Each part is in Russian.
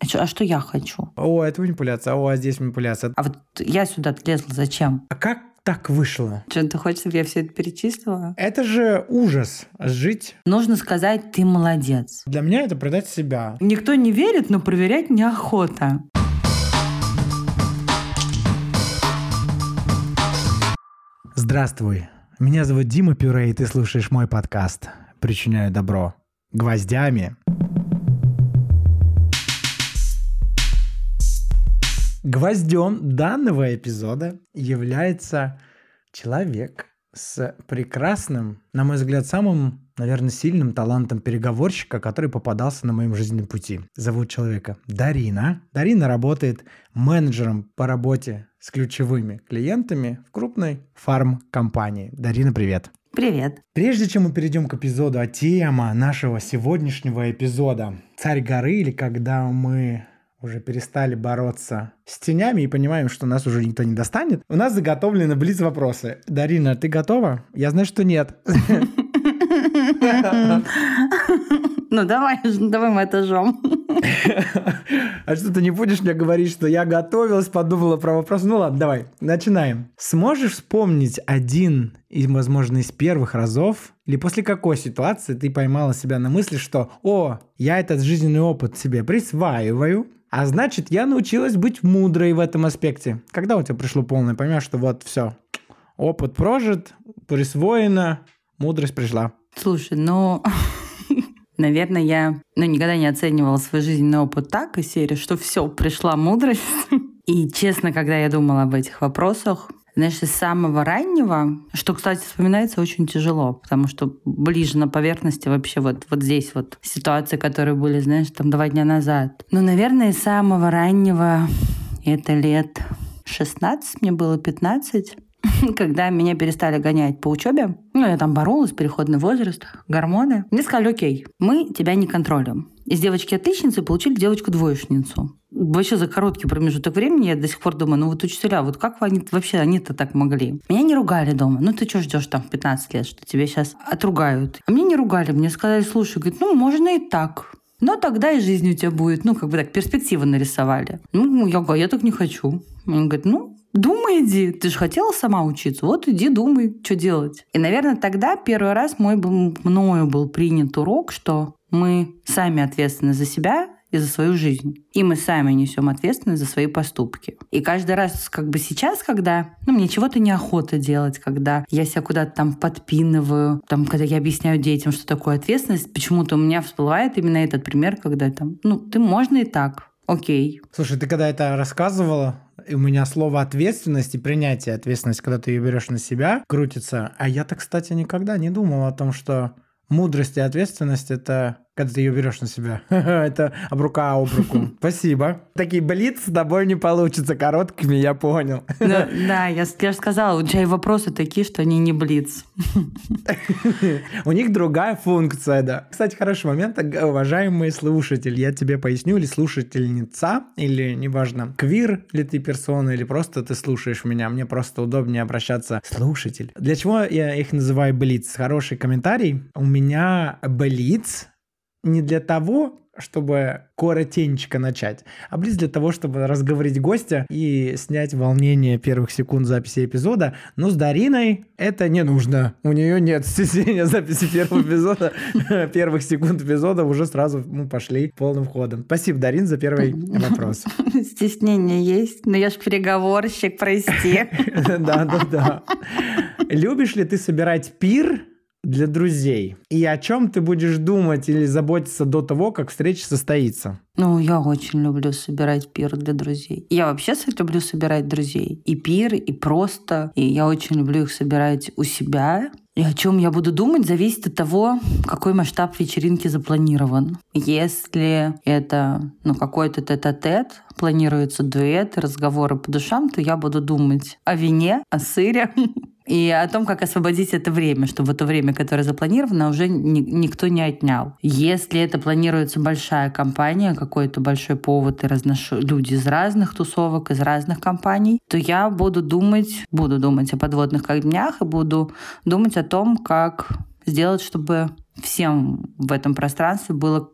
А что я хочу? О, это манипуляция, а здесь манипуляция. А вот я сюда лезла зачем? А как так вышло? Что, ты хочешь, чтобы я все это перечислила? Это же ужас жить. Нужно сказать, ты молодец. Для меня это предать себя. Никто не верит, но проверять неохота. Здравствуй, меня зовут Дима Пюре, и ты слушаешь мой подкаст «Причиняю добро» гвоздями. Гвоздем данного эпизода является человек с прекрасным, на мой взгляд, самым, наверное, сильным талантом переговорщика, который попадался на моем жизненном пути. Зовут человека Дарина. Дарина работает менеджером по работе с ключевыми клиентами в крупной фармкомпании. Дарина, привет. Привет. Прежде чем мы перейдем к эпизоду, тема нашего сегодняшнего эпизода «Царь горы» или когда мы уже перестали бороться с тенями и понимаем, что нас уже никто не достанет, у нас заготовлены блиц-вопросы. Дарина, ты готова? Я знаю, что нет. Ну давай мы этажом. А что ты не будешь мне говорить, что я готовилась, подумала про вопрос? Ну ладно, давай, начинаем. Сможешь вспомнить один возможно, из первых разов, или после какой ситуации ты поймала себя на мысли, что я этот жизненный опыт себе присваиваю, а значит, я научилась быть мудрой в этом аспекте? Когда у тебя пришло полное понимание, что вот все, опыт прожит, присвоено, мудрость пришла? Слушай, наверное, я никогда не оценивала свой жизненный опыт так из серии, что все, пришла мудрость. И честно, когда я думала об этих вопросах, знаешь, из самого раннего, что, кстати, вспоминается очень тяжело, потому что ближе на поверхности вообще вот здесь вот ситуации, которые были, знаешь, 2 дня назад. Наверное, из самого раннего, это лет 16, мне было 15, когда меня перестали гонять по учебе. Я там боролась, переходный возраст, гормоны. Мне сказали, окей, мы тебя не контролируем. Из девочки-отличницы получили девочку-двоечницу. Вообще за короткий промежуток времени я до сих пор думаю, учителя, как они-то так могли? Меня не ругали дома. Ты что ждешь в 15 лет, что тебе сейчас отругают? А меня не ругали, мне сказали, слушай, можно и так. Но тогда и жизнь у тебя будет, перспективы нарисовали. Я так не хочу. Они говорят, думай, иди. Ты же хотела сама учиться. Вот иди, думай, что делать. И, наверное, тогда первый раз мною был принят урок, что мы сами ответственны за себя и за свою жизнь. И мы сами несем ответственность за свои поступки. И каждый раз, сейчас, когда мне чего-то неохота делать, когда я себя куда-то подпинываю, когда я объясняю детям, что такое ответственность, почему-то у меня всплывает именно этот пример, когда ты можно и так. Окей. Слушай, ты когда это рассказывала, у меня слово «ответственность» и принятие ответственности, когда ты ее берешь на себя, крутится. А я-то, кстати, никогда не думал о том, что мудрость и ответственность – это когда ты ее берешь на себя. Это рука об руку. Спасибо. Такие блиц с тобой не получится короткими, я понял. Да, я же сказала, у тебя и вопросы такие, что они не блиц. У них другая функция, да. Кстати, хороший момент, уважаемые слушатели. Я тебе поясню, или слушательница, или, неважно, квир ли ты персона, или просто ты слушаешь меня. Мне просто удобнее обращаться слушатель. Для чего я их называю блиц? Хороший комментарий. У меня блиц не для того, чтобы коротенько начать, а близ для того, чтобы разговорить гостя и снять волнение первых секунд записи эпизода. Но с Дариной это не нужно. У нее нет стеснения записи первого эпизода. Первых секунд эпизода уже сразу пошли полным ходом. Спасибо, Дарин, за первый вопрос. Стеснение есть, но я ж переговорщик, прости. Да. Любишь ли ты собирать пир для друзей? И о чем ты будешь думать или заботиться до того, как встреча состоится? Я очень люблю собирать пир для друзей. Я вообще люблю собирать друзей. И пир, и просто. И я очень люблю их собирать у себя. И о чем я буду думать, зависит от того, какой масштаб вечеринки запланирован. Если это какой-то тет-а-тет, планируется дуэт, разговоры по душам, то я буду думать о вине, о сыре, и о том, как освободить это время, чтобы это время, которое запланировано, уже никто не отнял. Если это планируется большая компания, какой-то большой повод, и люди из разных тусовок, из разных компаний, то я буду думать о подводных камнях и буду думать о том, как сделать, чтобы всем в этом пространстве было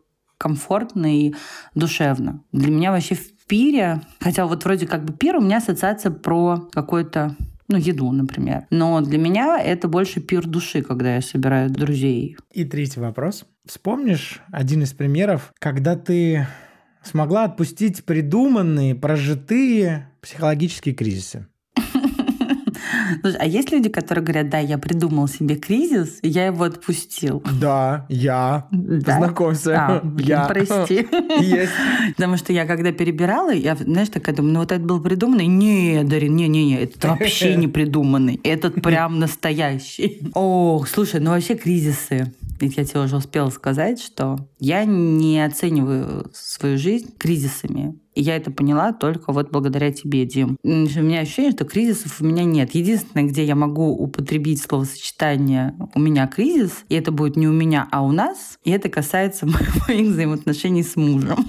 комфортно и душевно. Для меня вообще в пире, хотя вот вроде как бы пир у меня ассоциация про какой-то еду, например. Но для меня это больше пир души, когда я собираю друзей. И третий вопрос. Вспомнишь один из примеров, когда ты смогла отпустить придуманные, прожитые психологические кризисы? Слушай, а есть люди, которые говорят, да, я придумал себе кризис, и я его отпустил? Да, я. Да? Познакомься. Прости. Есть. Потому что я когда перебирала, я, знаешь, такая думаю, вот это был придуманный? Не, Дарин, не, это вообще не придуманный. Этот прям настоящий. Ох, слушай, вообще кризисы. Ведь я тебе уже успела сказать, что я не оцениваю свою жизнь кризисами. И я это поняла только вот благодаря тебе, Дим. У меня ощущение, что кризисов у меня нет. Единственное, где я могу употребить словосочетание «у меня кризис», и это будет не у меня, а у нас, и это касается моих взаимоотношений с мужем.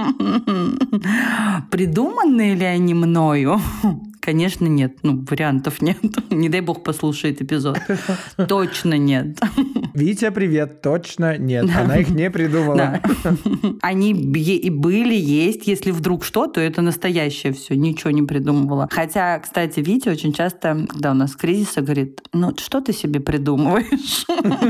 Придуманные ли они мною? Конечно, нет. Вариантов нет. Не дай бог послушает эпизод. Точно нет. Витя, привет. Точно нет. Да. Она их не придумала. Да. Они и были, есть. Если вдруг что, то это настоящее все. Ничего не придумывала. Хотя, кстати, Витя очень часто, когда у нас кризис, говорит, что ты себе придумываешь?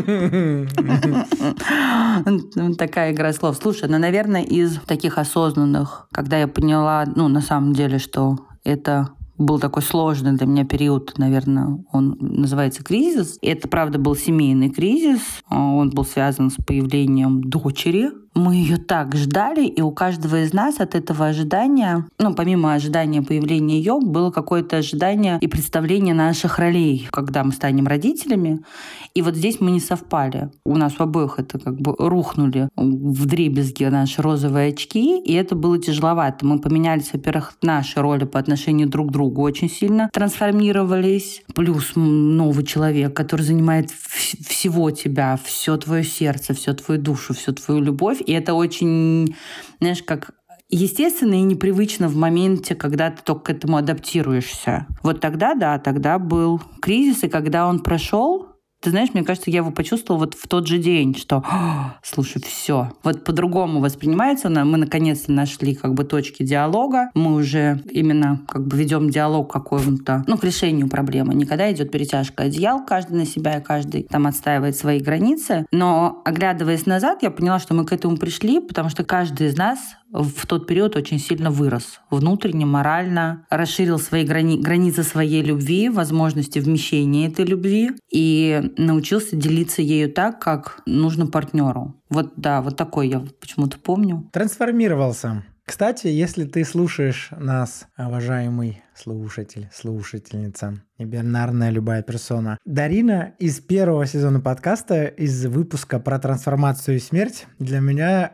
Такая игра слов. Слушай, наверное, из таких осознанных, когда я поняла, на самом деле, что это был такой сложный для меня период, наверное, он называется кризис. И это, правда, был семейный кризис. Он был связан с появлением дочери. Мы ее так ждали, и у каждого из нас от этого ожидания, помимо ожидания появления ее, было какое-то ожидание и представление наших ролей, когда мы станем родителями. И вот здесь мы не совпали. У нас у обоих это как бы рухнули вдребезги наши розовые очки, и это было тяжеловато. Мы поменялись, во-первых, наши роли по отношению друг к другу очень сильно трансформировались. Плюс новый человек, который занимает всего тебя, все твое сердце, всю твою душу, всю твою любовь. И это очень, знаешь, как естественно и непривычно в моменте, когда ты только к этому адаптируешься. Вот тогда был кризис, и когда он прошел, ты знаешь, мне кажется, я его почувствовала вот в тот же день, что, слушай, все, вот по-другому воспринимается она. Мы наконец-то нашли как бы точки диалога. Мы уже именно как бы ведем диалог какому-то, к решению проблемы. Никогда идет перетяжка одеял, каждый на себя, и каждый там отстаивает свои границы. Но оглядываясь назад, я поняла, что мы к этому пришли, потому что каждый из нас в тот период очень сильно вырос. Внутренне, морально, расширил свои границы своей любви, возможности вмещения этой любви и научился делиться ею так, как нужно партнеру. Вот такой я почему-то помню. Трансформировался. Кстати, если ты слушаешь нас, уважаемый слушатель, слушательница, небинарная любая персона, Дарина из первого сезона подкаста, из выпуска про трансформацию и смерть, для меня...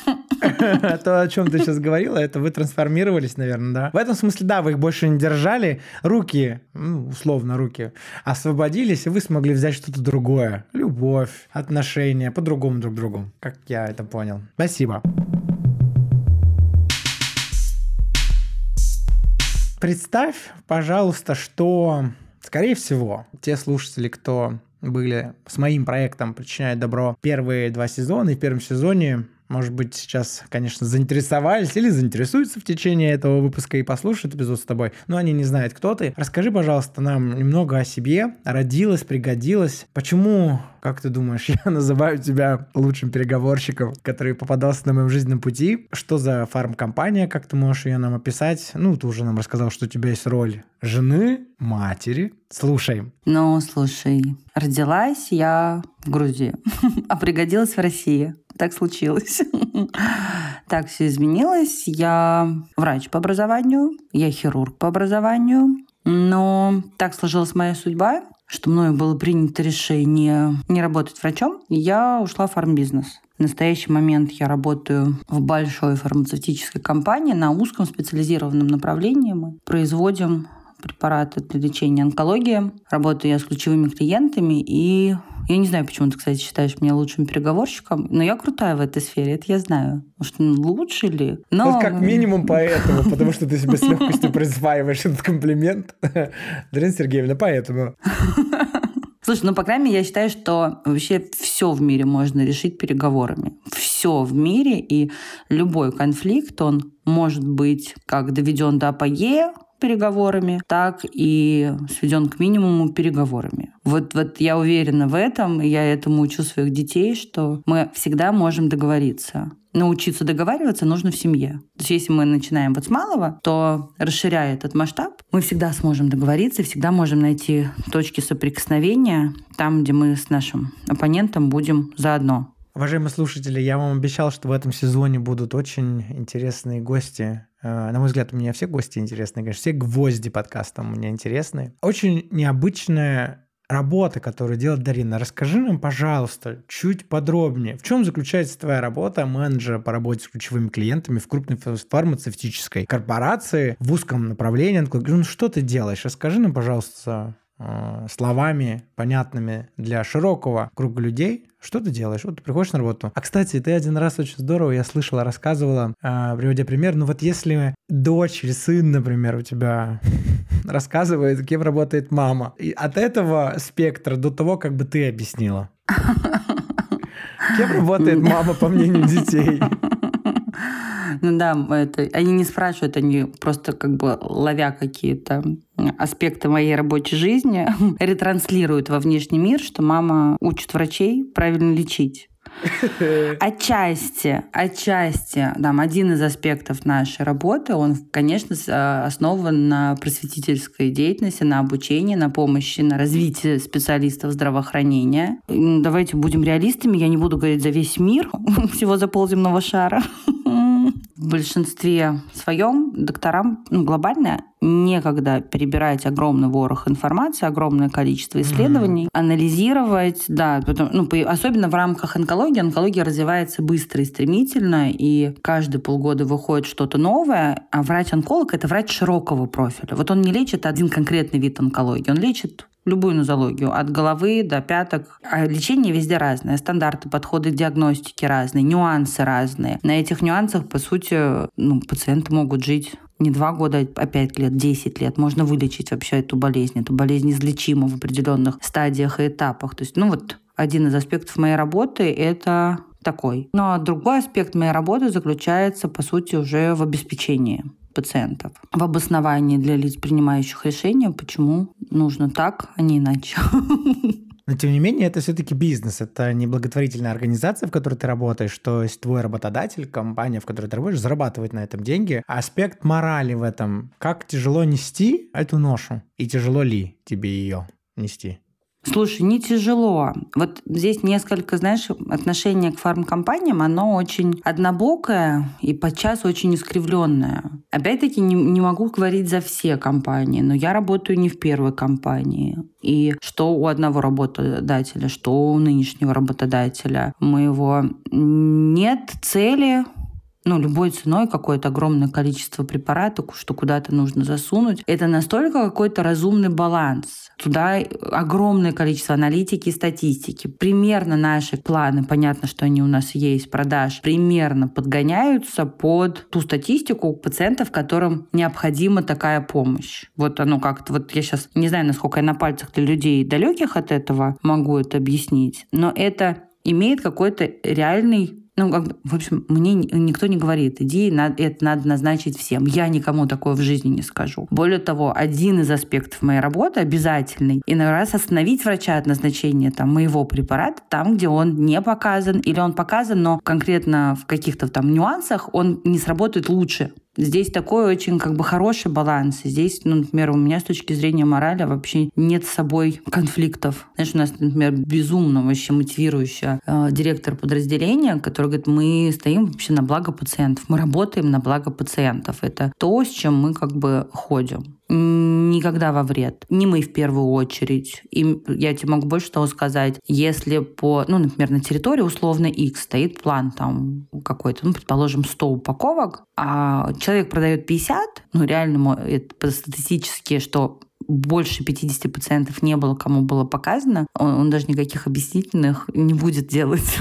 То, о чем ты сейчас говорила, это вы трансформировались, наверное, да? В этом смысле, да, вы их больше не держали. Руки, условно руки, освободились, и вы смогли взять что-то другое. Любовь, отношения, по-другому друг к другу. Как я это понял. Спасибо. Представь, пожалуйста, что, скорее всего, те слушатели, кто были с моим проектом «Причиняет добро» первые 2 сезона, и в первом сезоне, может быть, сейчас, конечно, заинтересовались или заинтересуются в течение этого выпуска и послушают эпизод с тобой, но они не знают, кто ты. Расскажи, пожалуйста, нам немного о себе. Родилась, пригодилась. Почему, как ты думаешь, я называю тебя лучшим переговорщиком, который попадался на моем жизненном пути? Что за фармкомпания, как ты можешь ее нам описать? Ты уже нам рассказал, что у тебя есть роль жены, матери. Слушаем. Слушай, родилась я в Грузии, а пригодилась в России. Так случилось. Так все изменилось. Я врач по образованию, я хирург по образованию, но так сложилась моя судьба, что мною было принято решение не работать врачом, и я ушла в фармбизнес. В настоящий момент я работаю в большой фармацевтической компании на узком специализированном направлении. Мы производим препараты для лечения онкологии. Работаю я с ключевыми клиентами, и я не знаю, почему ты, кстати, считаешь меня лучшим переговорщиком, но я крутая в этой сфере, это я знаю. Может, лучше ли? Но... как минимум поэтому, потому что ты себе с легкостью присваиваешь этот комплимент. Дарина Сергеевна, поэтому... Слушай, ну, по крайней мере, я считаю, что вообще все в мире можно решить переговорами. Все в мире, и любой конфликт, он может быть как доведен до апогея переговорами, так и сведен к минимуму переговорами. Вот я уверена в этом, и я этому учу своих детей, что мы всегда можем договориться. Научиться договариваться нужно в семье. То есть если мы начинаем вот с малого, то, расширяя этот масштаб, мы всегда сможем договориться, всегда можем найти точки соприкосновения там, где мы с нашим оппонентом будем заодно. Уважаемые слушатели, я вам обещал, что в этом сезоне будут очень интересные гости. На мой взгляд, у меня все гости интересные, конечно, все гвозди подкаста у меня интересные. Очень необычная работа, которую делает Дарина. Расскажи нам, пожалуйста, чуть подробнее, в чем заключается твоя работа менеджера по работе с ключевыми клиентами в крупной фармацевтической корпорации в узком направлении. Ну, что ты делаешь? Расскажи нам, пожалуйста, словами, понятными для широкого круга людей, что ты делаешь? Вот ты приходишь на работу. А, кстати, ты один раз очень здорово, я слышала, рассказывала, приводя пример, ну вот если дочь или сын, например, у тебя рассказывает, кем работает мама, и от этого спектра до того, как бы ты объяснила. Кем работает мама, по мнению детей? Ну да, они не спрашивают, они просто как бы ловя какие-то аспекты моей рабочей жизни, ретранслируют во внешний мир, что мама учит врачей правильно лечить. Отчасти, там, один из аспектов нашей работы, он, конечно, основан на просветительской деятельности, на обучении, на помощи, на развитии специалистов здравоохранения. Давайте будем реалистами, я не буду говорить за весь мир, всего за полземного шара. В большинстве своем докторам глобально некогда перебирать огромный ворох информации, огромное количество исследований, анализировать, да, особенно в рамках онкологии. Онкология развивается быстро и стремительно, и каждые полгода выходит что-то новое, а врач-онколог — это врач широкого профиля. Вот он не лечит один конкретный вид онкологии, он лечит любую нозологию, от головы до пяток. А лечение везде разное. Стандарты, подходы к диагностике разные, нюансы разные. На этих нюансах, по сути, пациенты могут жить не 2 года, а 5 лет, 10 лет. Можно вылечить вообще эту болезнь. Эта болезнь излечима в определенных стадиях и этапах. То есть, один из аспектов моей работы — это такой. Но другой аспект моей работы заключается, по сути, уже в обеспечении пациентов, в обосновании для лиц, принимающих решения, почему нужно так, а не иначе. Но, тем не менее, это все-таки бизнес. Это не благотворительная организация, в которой ты работаешь, то есть твой работодатель, компания, в которой ты работаешь, зарабатывает на этом деньги. А аспект морали в этом. Как тяжело нести эту ношу? И тяжело ли тебе ее нести? Слушай, не тяжело. Вот здесь несколько, отношение к фармкомпаниям, оно очень однобокое и подчас очень искривленное. Опять-таки не могу говорить за все компании, но я работаю не в первой компании. И что у одного работодателя, что у нынешнего работодателя моего нет цели любой ценой какое-то огромное количество препаратов, что куда-то нужно засунуть. Это настолько какой-то разумный баланс. Туда огромное количество аналитики и статистики. Примерно наши планы, понятно, что они у нас есть, продаж, примерно подгоняются под ту статистику пациентов, которым необходима такая помощь. Вот оно как-то, я сейчас не знаю, насколько я на пальцах для людей далеких от этого могу это объяснить, но это имеет какой-то реальный в общем, мне никто не говорит, иди, это надо назначить всем. Я никому такое в жизни не скажу. Более того, один из аспектов моей работы обязательный — иной раз остановить врача от назначения моего препарата там, где он не показан, или он показан, но конкретно в каких-то нюансах он не сработает лучше. Здесь такой очень хороший баланс. Здесь, например, у меня с точки зрения морали вообще нет с собой конфликтов. Знаешь, у нас, например, безумно вообще мотивирующая директор подразделения, который говорит, мы стоим вообще на благо пациентов, мы работаем на благо пациентов. Это то, с чем мы ходим. Никогда во вред. Не мы в первую очередь. И я тебе могу больше того сказать. Если например, на территории условно X стоит план какой-то, предположим, 100 упаковок, а человек продает 50, реально это статистически, что больше 50% не было, кому было показано, он даже никаких объяснительных не будет делать.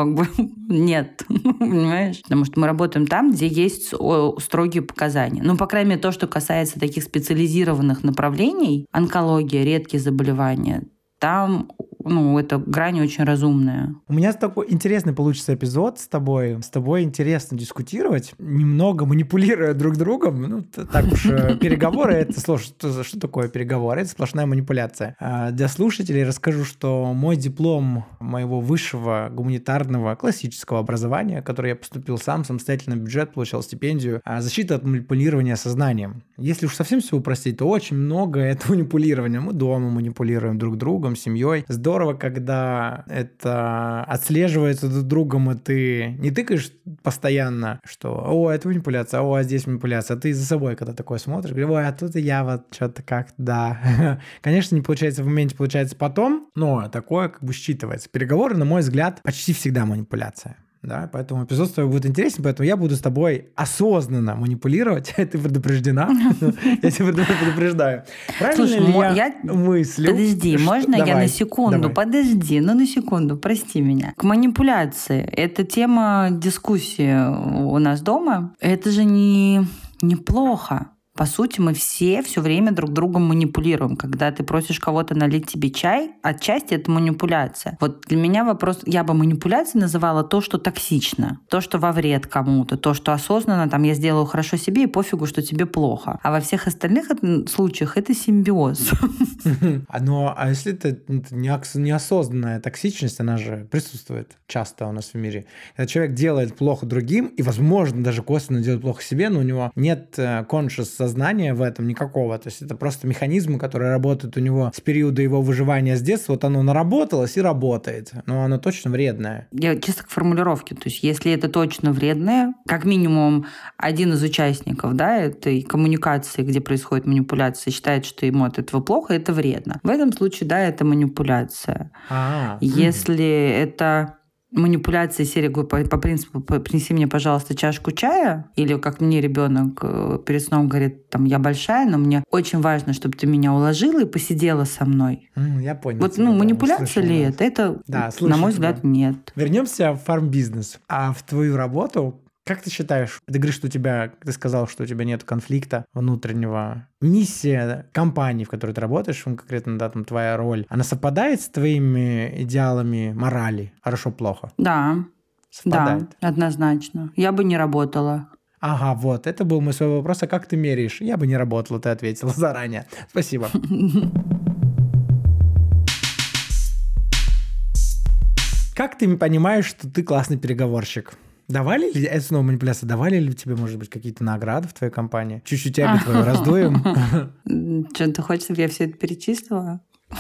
Нет. Понимаешь? Потому что мы работаем там, где есть строгие показания. По крайней мере, то, что касается таких специализированных направлений, онкология, редкие заболевания, там эта грань очень разумная. У меня такой интересный получится эпизод с тобой. С тобой интересно дискутировать, немного манипулируя друг другом. Так уж, переговоры — это сложно. Что такое переговоры? Это сплошная манипуляция. Для слушателей расскажу, что мой диплом моего высшего гуманитарного классического образования, который я поступил сам, самостоятельно бюджет, получал стипендию, защита от манипулирования сознанием. Если уж совсем все упростить, то очень много это манипулирования. Мы дома манипулируем друг другом, семьей. Здорово, когда это отслеживается друг другом, и ты не тыкаешь постоянно, что это манипуляция, а здесь манипуляция. А ты за собой, когда такое смотришь, говоришь, а тут и я вот что-то как-то, да. Конечно, не получается в моменте, получается потом, но такое как бы считывается. Переговоры, на мой взгляд, почти всегда манипуляция. Да, поэтому эпизод с тобой будет интересен, поэтому я буду с тобой осознанно манипулировать. Ты предупреждена? Я тебя предупреждаю. Правильно ли я мыслю? Подожди, можно я на секунду? Подожди, на секунду, прости меня. К манипуляции. Это тема дискуссии у нас дома. Это же неплохо. По сути, мы все время друг другом манипулируем. Когда ты просишь кого-то налить тебе чай, отчасти это манипуляция. Вот для меня вопрос, я бы манипуляцией называла то, что токсично, то, что во вред кому-то, то, что осознанно я сделаю хорошо себе и пофигу, что тебе плохо. А во всех остальных случаях это симбиоз. А если это неосознанная токсичность, она же присутствует часто у нас в мире. Когда человек делает плохо другим и, возможно, даже косвенно делает плохо себе, но у него нет conscious сознания в этом никакого. То есть это просто механизмы, которые работают у него с периода его выживания с детства. Вот оно наработалось и работает. Но оно точно вредное. Я чисто к формулировке. То есть если это точно вредное, как минимум один из участников этой коммуникации, где происходит манипуляция, считает, что ему от этого плохо, это вредно. В этом случае, это манипуляция. Если это манипуляции серии по принципу «принеси мне, пожалуйста, чашку чая», или как мне ребенок перед сном говорит, я большая, но мне очень важно, чтобы ты меня уложила и посидела со мной. Я понял. Вот манипуляция ли это? Это, на мой взгляд, нет. Вернемся в фарм-бизнес. А в твою работу, как ты считаешь, ты говоришь, что ты сказал, что у тебя нет конфликта внутреннего. Миссия компании, в которой ты работаешь, конкретно, твоя роль, она совпадает с твоими идеалами морали? Хорошо-плохо? Да. Совпадает? Да, однозначно. Я бы не работала. Ага, вот, это был мой свой вопрос. А как ты меряешь? Я бы не работала, ты ответила заранее. Спасибо. Как ты понимаешь, что ты классный переговорщик? Давали ли, это снова манипуляция, давали ли тебе, может быть, какие-то награды в твоей компании? Чуть-чуть тебя твою раздуем. Что, ты хочешь, чтобы я все это перечислила?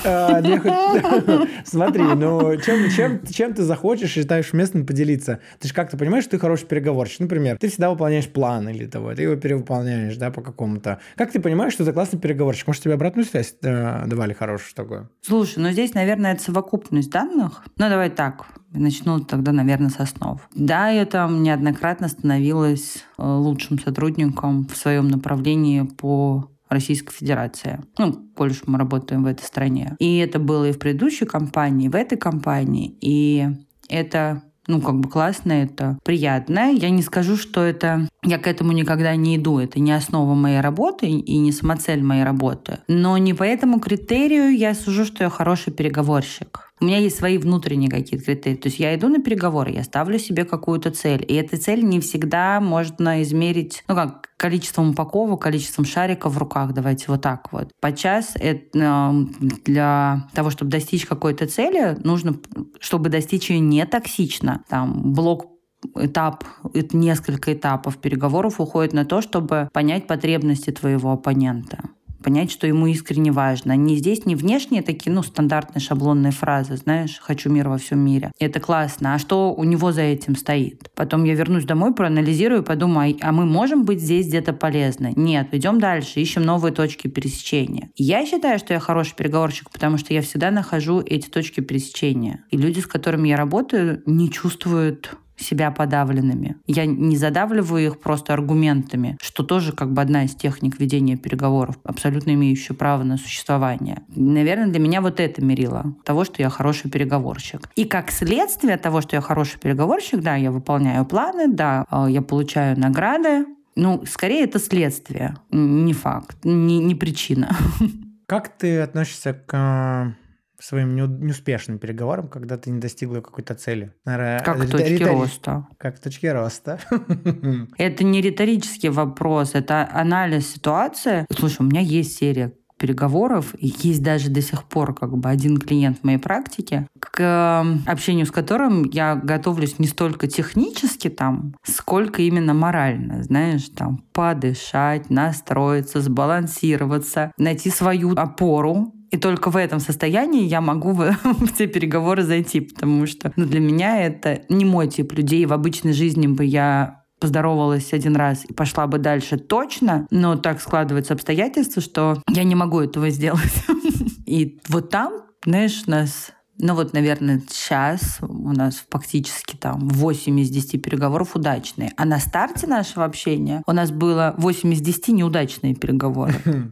Смотри, чем ты захочешь, считаешь уместным поделиться? Ты же как-то понимаешь, что ты хороший переговорщик. Например, ты всегда выполняешь план или ты его перевыполняешь, по какому-то. Как ты понимаешь, что ты классный переговорщик? Может, тебе обратную связь давали хорошую такую? Слушай, здесь, наверное, это совокупность данных. Давай так. Начну тогда, наверное, с основ. Да, я там неоднократно становилась лучшим сотрудником в своем направлении по Российской Федерации. Больше мы работаем в этой стране. И это было и в предыдущей компании, и в этой компании. И это классно, это приятно. Я не скажу, что это... Я к этому никогда не иду. Это не основа моей работы и не самоцель моей работы. Но не по этому критерию я сужу, что я хороший переговорщик. У меня есть свои внутренние какие-то критерии. То есть я иду на переговоры, я ставлю себе какую-то цель. И эта цель не всегда можно измерить, количеством упаковок, количеством шариков в руках. Давайте вот так вот. Подчас для того, чтобы достичь какой-то цели, нужно, чтобы достичь ее не токсично. Несколько этапов переговоров уходит на то, чтобы понять потребности твоего оппонента. Понять, что ему искренне важно. Не здесь, не внешние такие, стандартные шаблонные фразы, знаешь, «хочу мир во всем мире». Это классно. А что у него за этим стоит? Потом я вернусь домой, проанализирую и подумаю, а мы можем быть здесь где-то полезны? Нет, идем дальше, ищем новые точки пересечения. Я считаю, что я хороший переговорщик, потому что я всегда нахожу эти точки пересечения. И люди, с которыми я работаю, не чувствуют себя подавленными. Я не задавливаю их просто аргументами, что тоже одна из техник ведения переговоров, абсолютно имеющая право на существование. Наверное, для меня вот это мерило того, что я хороший переговорщик. И как следствие того, что я хороший переговорщик, да, я выполняю планы, да, я получаю награды, скорее это следствие, не факт, не причина. Как ты относишься к своим неуспешным переговорам, когда ты не достигла какой-то цели? Наверное, Как точки роста. Как точки роста. Это не риторический вопрос, это анализ ситуации. Слушай, у меня есть серия переговоров, и есть даже до сих пор как бы один клиент в моей практике, к общению с которым я готовлюсь не столько технически там, сколько именно морально, знаешь, там подышать, настроиться, сбалансироваться, найти свою опору. И только в этом состоянии я могу в те переговоры зайти, потому что для меня это не мой тип людей. В обычной жизни бы я поздоровалась один раз и пошла бы дальше точно, но так складываются обстоятельства, что я не могу этого сделать. И вот там, знаешь, нас... наверное, сейчас у нас фактически там 8 из 10 переговоров удачные. А на старте нашего общения у нас было 8 из 10 неудачные переговоры.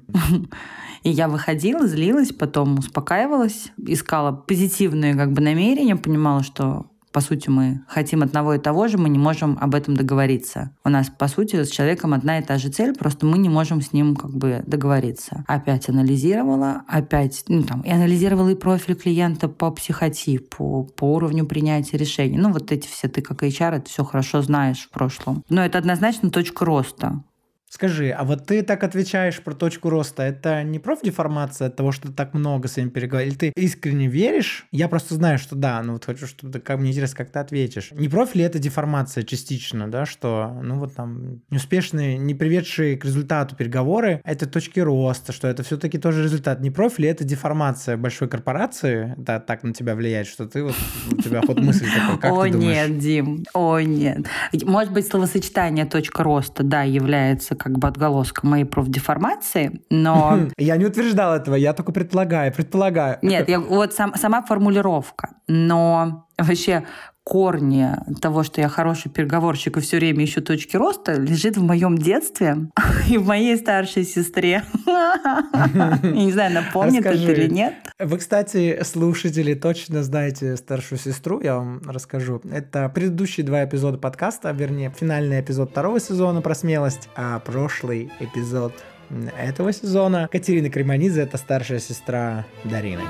И я выходила, злилась, потом успокаивалась, искала позитивные намерения, понимала, что по сути, мы хотим одного и того же, мы не можем об этом договориться. У нас, по сути, с человеком одна и та же цель, просто мы не можем с ним договориться. Опять анализировала, и анализировала и профиль клиента по психотипу, по уровню принятия решений. Эти все, ты как HR, это все хорошо знаешь в прошлом. Но это однозначно точка роста. Скажи, а вот ты так отвечаешь про точку роста, это не профдеформация от того, что ты так много с ним переговорил? Или ты искренне веришь? Я просто знаю, что да, хочу, чтобы мне интересно, как ты ответишь. Не профи ли это деформация частично, да, что, неуспешные, не приведшие к результату переговоры, это точки роста, что это все-таки тоже результат. Не профи ли это деформация большой корпорации, да, так на тебя влияет, что ты у тебя ход мысли такой, как ты думаешь? О, нет, Дим, о, нет. Может быть, словосочетание точка роста, да, является отголоском моей профдеформации, но... Я не утверждал этого, я только предполагаю. Нет, сама формулировка. Но вообще корни того, что я хороший переговорщик и все время ищу точки роста, лежит в моем детстве и в моей старшей сестре. Я не знаю, напомнит это или нет. Вы, кстати, слушатели, точно знаете старшую сестру, я вам расскажу. Это предыдущие 2 эпизода подкаста, вернее, финальный эпизод 2 сезона про смелость, а прошлый эпизод этого сезона Катерина Креманидзе — это старшая сестра Дарины.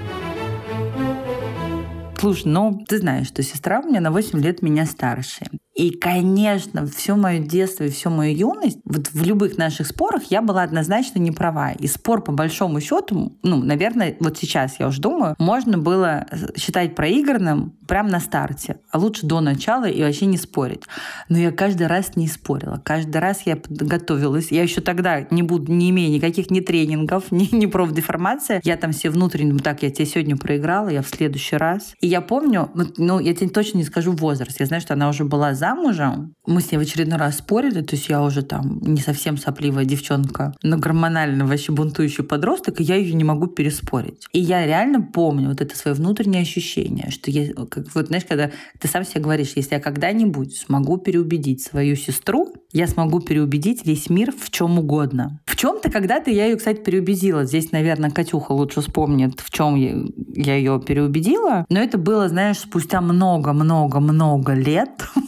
Слушай, ты знаешь, что сестра у меня на 8 лет меня старше. И, конечно, все мое детство и всю мою юность, в любых наших спорах я была однозначно не права. И спор, по большому счету, наверное, сейчас я уже думаю, можно было считать проигранным прямо на старте, а лучше до начала и вообще не спорить. Но я каждый раз не спорила. Каждый раз я готовилась. Я еще тогда, не имея никаких ни тренингов, ни профдеформации, я там все внутренне, я тебе сегодня проиграла, я в следующий раз. И я помню, я тебе точно не скажу возраст, я знаю, что она уже была замужем. Мы с ней в очередной раз спорили, то есть я уже там не совсем сопливая девчонка, но гормонально вообще бунтующий подросток, и я ее не могу переспорить. И я реально помню это свое внутреннее ощущение, что знаешь, когда ты сам себе говоришь, если я когда-нибудь смогу переубедить свою сестру, я смогу переубедить весь мир в чем угодно. В чем-то когда-то я ее, кстати, переубедила. Здесь, наверное, Катюха лучше вспомнит, в чем я ее переубедила. Но это было, знаешь, спустя много-много-много лет.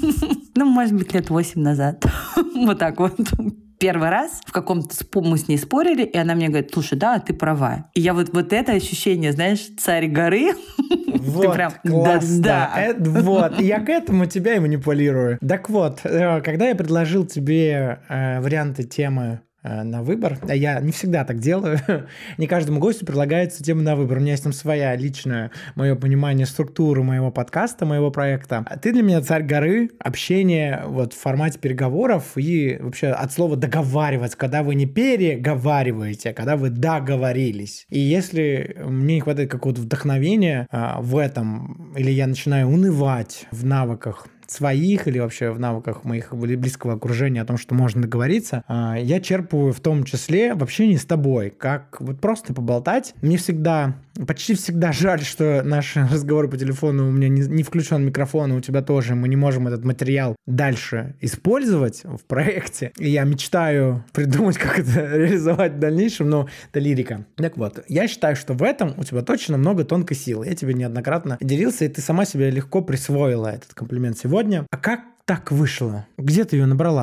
Может быть, лет 8 назад. Вот так вот. Первый раз в каком-то мы с ней спорили, и она мне говорит: слушай, да, ты права. И я вот это ощущение, знаешь, царь горы. Вот, прям, классно. Да. Вот, я к этому тебя и манипулирую. Так вот, когда я предложил тебе варианты темы на выбор. Я не всегда так делаю. Не каждому гостю предлагается тема на выбор. У меня есть там своя личная, мое понимание структуры моего подкаста, моего проекта. А ты для меня царь горы, общение в формате переговоров и вообще от слова договариваться, когда вы не переговариваете, а когда вы договорились. И если мне не хватает какого-то вдохновения в этом, или я начинаю унывать в навыках своих или вообще в навыках моих близкого окружения о том, что можно договориться, я черпаю в том числе в общении с тобой, как просто поболтать. Мне почти всегда жаль, что наши разговоры по телефону, у меня не включен микрофон, и у тебя тоже, мы не можем этот материал дальше использовать в проекте. И я мечтаю придумать, как это реализовать в дальнейшем, но это лирика. Так вот, я считаю, что в этом у тебя точно много тонкой силы. Я тебе неоднократно делился, и ты сама себе легко присвоила этот комплимент сегодня. А как так вышло? Где ты ее набрала?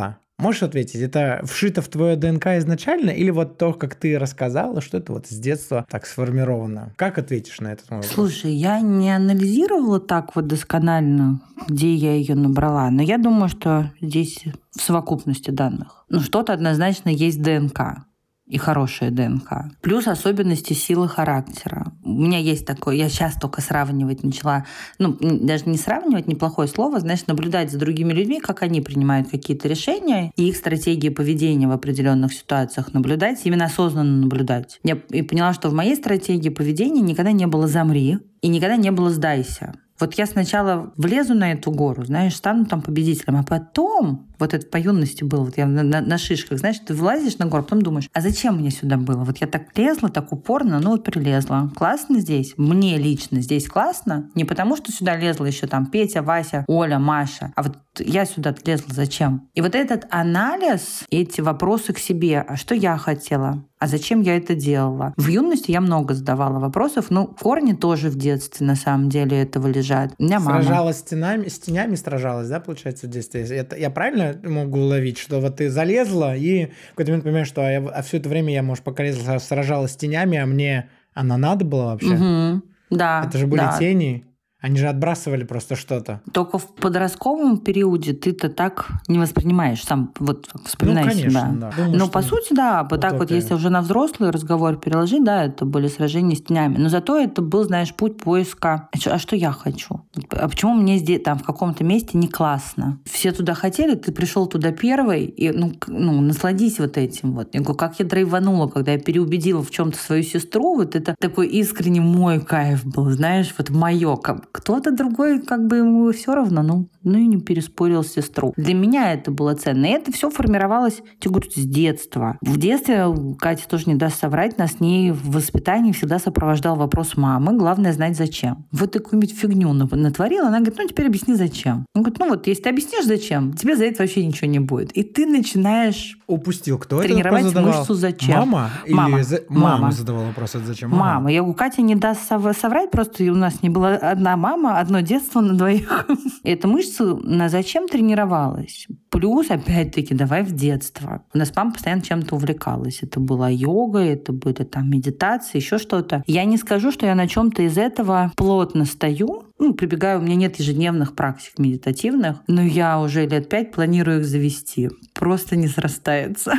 Можешь ответить, это вшито в твое ДНК изначально или вот то, как ты рассказала, что это вот с детства так сформировано? Как ответишь на этот вопрос? Слушай, я не анализировала так вот досконально, где я ее набрала, но я думаю, что здесь в совокупности данных. Что-то однозначно есть в ДНК. И хорошая ДНК. Плюс особенности силы характера. У меня есть такое, я сейчас только сравнивать начала, даже не сравнивать, неплохое слово, наблюдать за другими людьми, как они принимают какие-то решения, и их стратегии поведения в определенных ситуациях наблюдать, именно осознанно наблюдать. Я и поняла, что в моей стратегии поведения никогда не было «замри» и никогда не было «сдайся». Вот я сначала влезу на эту гору, стану там победителем, а потом, вот это по юности было, вот я на шишках, ты вылазишь на гору, потом думаешь, а зачем мне сюда было? Вот я так лезла, так упорно, прилезла. Классно здесь? Мне лично здесь классно? Не потому, что сюда лезла еще там Петя, Вася, Оля, Маша, а вот я сюда лезла зачем? И вот этот анализ, эти вопросы к себе, а что я хотела? А зачем я это делала? В юности я много задавала вопросов, корни тоже в детстве на самом деле этого лежат. У меня мама. Сражалась с тенями сражалась, да, получается, в детстве? Я правильно могу уловить, что вот ты залезла и в какой-то момент понимаешь, что все это время я, может, пока лезла, сражалась с тенями, а мне она надо была вообще? Угу. Да. Это же были тени. Они же отбрасывали просто что-то. Только в подростковом периоде ты-то так не воспринимаешь, сам вот вспоминаешь конечно, себя. Да. Думаю, по сути, да, вот так вот, если уже на взрослый разговор переложить, да, это были сражения с тенями. Но зато это был, путь поиска. А что я хочу? А почему мне здесь, там, в каком-то месте не классно? Все туда хотели, ты пришел туда первый, и, насладись вот этим вот. Я говорю, как я драйванула, когда я переубедила в чем-то свою сестру, вот это такой искренне мой кайф был, вот мое, кто-то другой, ему все равно, и не переспорил сестру. Для меня это было ценно. И это все формировалось, я говорю, с детства. В детстве, Катя тоже не даст соврать, нас с ней в воспитании всегда сопровождал вопрос мамы. Главное знать, зачем. Вот ты какую-нибудь фигню натворила, она говорит, теперь объясни, зачем. Он говорит, если ты объяснишь, зачем, тебе за это вообще ничего не будет. И ты начинаешь упустил. Кто тренировать это мышцу «зачем». Мама? Мама задавала вопрос, зачем? Мама. Я говорю, Катя не даст соврать, просто у нас не была одна мама, одно детство на двоих. Эта мышца на «зачем» тренировалась. Плюс, опять-таки, давай в детство. У нас мама постоянно чем-то увлекалась. Это была йога, это были там медитации, еще что-то. Я не скажу, что я на чем-то из этого плотно стою. Прибегаю, у меня нет ежедневных практик медитативных, но я уже лет 5 планирую их завести. Просто не срастается.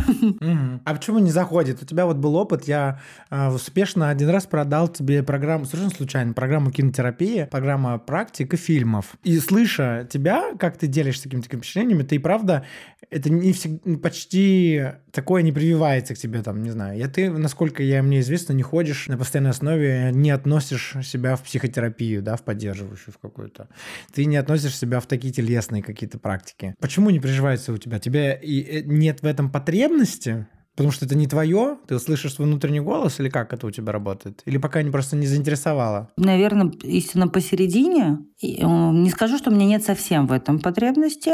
А почему не заходит? У тебя вот был опыт, я успешно один раз продал тебе программу, совершенно случайно, программу кинотерапии, программа практик и фильмов. И слыша тебя, как ты делишься какими-то впечатлениями, ты и правда, это не всегда, почти такое не прививается к тебе, там, не знаю. Ты, насколько мне известно, не ходишь на постоянной основе, не относишь себя в психотерапию, да, в поддерживающую в какую-то. Ты не относишь себя в такие телесные какие-то практики. Почему не приживается у тебя? Тебе нет в этом потребности? Потому что это не твое? Ты услышишь свой внутренний голос? Или как это у тебя работает? Или пока не просто не заинтересовало? Наверное, истинно посередине. Не скажу, что у меня нет совсем в этом потребности,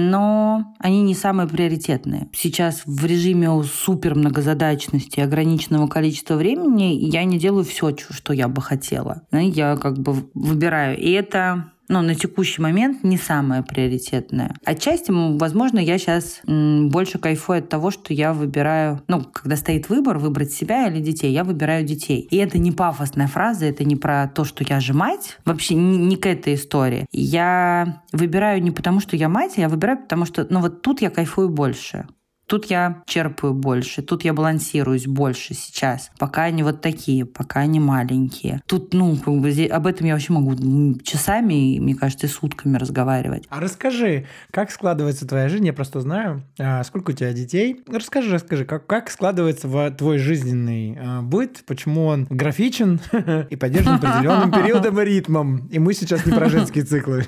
но они не самые приоритетные. Сейчас в режиме супер многозадачности и ограниченного количества времени я не делаю все, что я бы хотела. Я выбираю. И это... на текущий момент не самое приоритетное. Отчасти, возможно, я сейчас больше кайфую от того, что я выбираю, когда стоит выбор, выбрать себя или детей, я выбираю детей. И это не пафосная фраза, это не про то, что я же мать, вообще не к этой истории. Я выбираю не потому, что я мать, я выбираю, потому что, тут я кайфую больше. Тут я черпаю больше, тут я балансируюсь больше сейчас. Пока они вот такие, пока они маленькие. Тут, об этом я вообще могу часами, мне кажется, и сутками разговаривать. А расскажи, как складывается твоя жизнь? Я просто знаю, сколько у тебя детей. Расскажи, как складывается твой жизненный быт, почему он графичен и поддержан определенным периодом и ритмом. И мы сейчас не про женские циклы.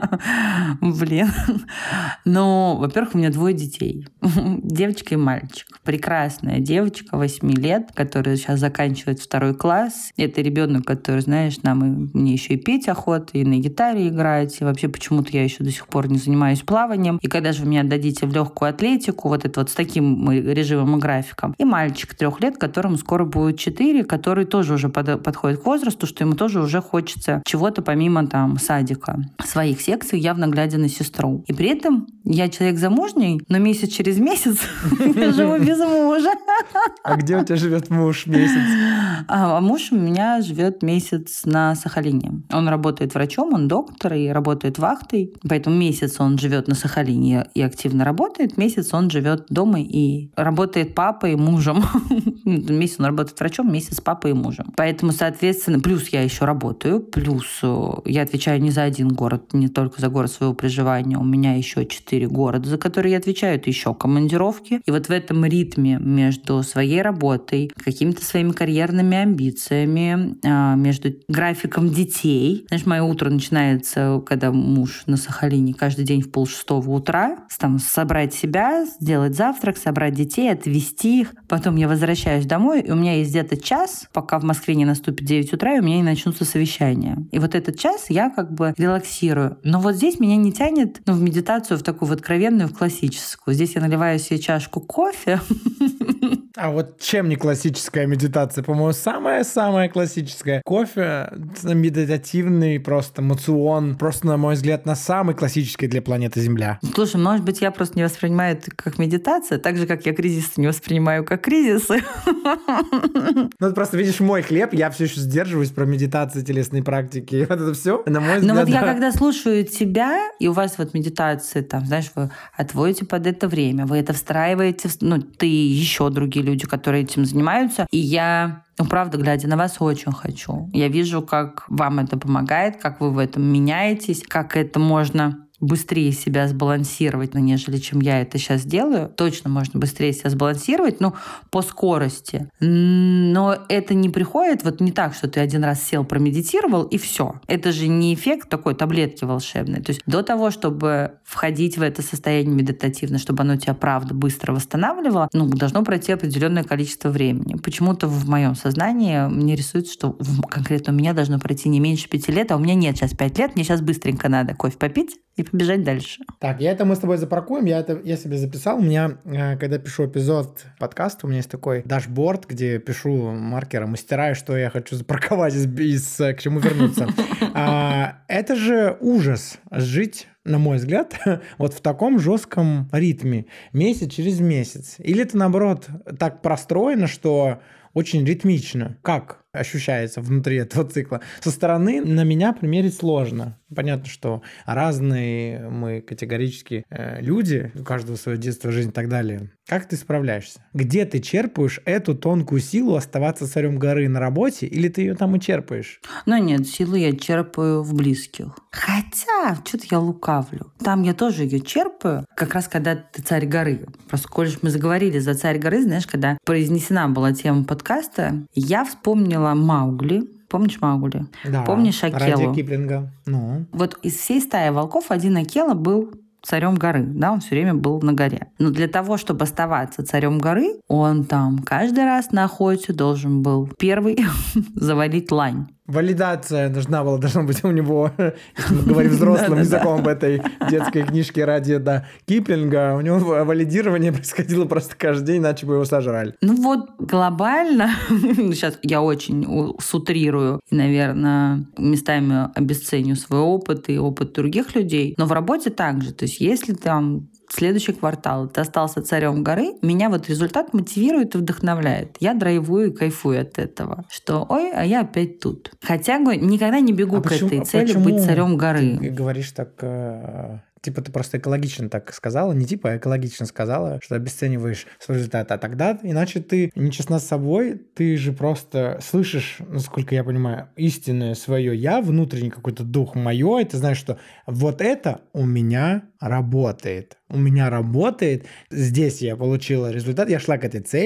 Блин. Во-первых, у меня 2 детей. Девочка и мальчик. прекрасная девочка 8 лет, которая сейчас заканчивает 2 класс. Это ребенок, который, знаешь, мне еще и петь охота, и на гитаре играть. И вообще почему-то я еще до сих пор не занимаюсь плаванием. И когда же вы меня отдадите в легкую атлетику, вот это вот с таким режимом и графиком. И мальчик 3 лет, которому скоро будет 4, который тоже уже подходит к возрасту, что ему тоже уже хочется чего-то помимо там садика. Своих секций, явно глядя на сестру. И при этом я человек замужний, но через месяц я живу без мужа. А где у тебя живет муж месяц? А муж у меня живет месяц на Сахалине. Он работает врачом, он доктор и работает вахтой. Поэтому месяц он живет на Сахалине и активно работает. Месяц он живет дома и работает папой и мужем. Месяц он работает врачом, месяц папой и мужем. Поэтому, соответственно, плюс я еще работаю, плюс я отвечаю не за один город, не только за город своего проживания. У меня еще 4 города, за которые я отвечаю. Это еще командировки. И вот в этом ритме между своей работой, какими-то своими карьерными амбициями, между графиком детей. Знаешь, мое утро начинается, когда муж на Сахалине, каждый день в 5:30 утра. Там собрать себя, сделать завтрак, собрать детей, отвезти их. Потом я возвращаюсь домой, и у меня есть где-то час, пока в Москве не наступит 9 утра, и у меня не начнутся совещания. И вот этот час я как бы релаксирую. Но вот здесь меня не тянет в медитацию, в такую вот откровенную, в классическую. Здесь я наливаю себе чашку кофе. А вот чем не классическая медитация? По-моему, самая-самая классическая. Кофе медитативный, просто мацион. Просто, на мой взгляд, самый классический для планеты Земля. Слушай, может быть, я просто не воспринимаю это как медитация, так же, как я кризисы не воспринимаю как кризисы. Ну, ты просто видишь мой хлеб, я все еще сдерживаюсь про медитации, телесные практики. И вот это все, на мой взгляд. Но вот я когда слушаю тебя, и у вас вот медитации, там, знаешь, вы отводите под это время, вы это встраиваете, ты и еще другие люди, которые этим занимаются, и я... правда, глядя на вас, очень хочу. Я вижу, как вам это помогает, как вы в этом меняетесь, как это можно быстрее себя сбалансировать, нежели чем я это сейчас делаю. Точно можно быстрее себя сбалансировать, по скорости. Но это не приходит вот не так, что ты один раз сел, промедитировал, и все. Это же не эффект такой таблетки волшебной. То есть до того, чтобы входить в это состояние медитативное, чтобы оно тебя, правда, быстро восстанавливало, должно пройти определенное количество времени. Почему-то в моем сознании мне рисуется, что конкретно у меня должно пройти не меньше 5 лет, а у меня нет сейчас 5 лет, мне сейчас быстренько надо кофе попить и побежать дальше. Так, мы с тобой запаркуем. Я себе записал. У меня, когда пишу эпизод подкаста, у меня есть такой дашборд, где пишу маркером и стираю, что я хочу запарковать, к чему вернуться. Это же ужас жить, на мой взгляд, вот в таком жестком ритме. Месяц через месяц. Или это, наоборот, так простроено, что очень ритмично. Как ощущается внутри этого цикла? Со стороны на меня примерить сложно. Понятно, что разные мы категорически люди, у каждого свое детство, жизнь и так далее. Как ты справляешься? Где ты черпаешь эту тонкую силу оставаться царем горы на работе, или ты ее там и черпаешь? Нет, силу я черпаю в близких. Хотя, что-то я лукавлю. Там я тоже ее черпаю, как раз когда ты царь горы. Просто, коль мы заговорили за царь горы, знаешь, когда произнесена была тема подкаста, я вспомнила Маугли. Помнишь Маугли? Да. Помнишь Акелу? Ради Киплинга. Вот из всей стаи волков один Акела был царем горы, да, он все время был на горе. Но для того, чтобы оставаться царем горы, он там каждый раз на охоте должен был первый завалить лань. Валидация должна быть у него, если мы говорим взрослым языком об этой детской книжке ради Киплинга, у него валидирование происходило просто каждый день, иначе бы его сожрали. Глобально, сейчас я очень сутрирую и, наверное, местами обесценю свой опыт и опыт других людей, но в работе также. То есть если там следующий квартал ты остался царем горы, меня результат мотивирует и вдохновляет. Я драйвую и кайфую от этого. Что, а я опять тут. Хотя никогда не бегу к этой цели быть царем горы. Ты говоришь так... ты просто экологично так сказала, не а экологично сказала, что обесцениваешь свой результат. А тогда, иначе ты нечестна с собой, ты же просто слышишь, насколько я понимаю, истинное свое я, внутренний какой-то дух мое, и ты знаешь, что вот это у меня работает. У меня работает. Здесь я получила результат, я шла к этой цели,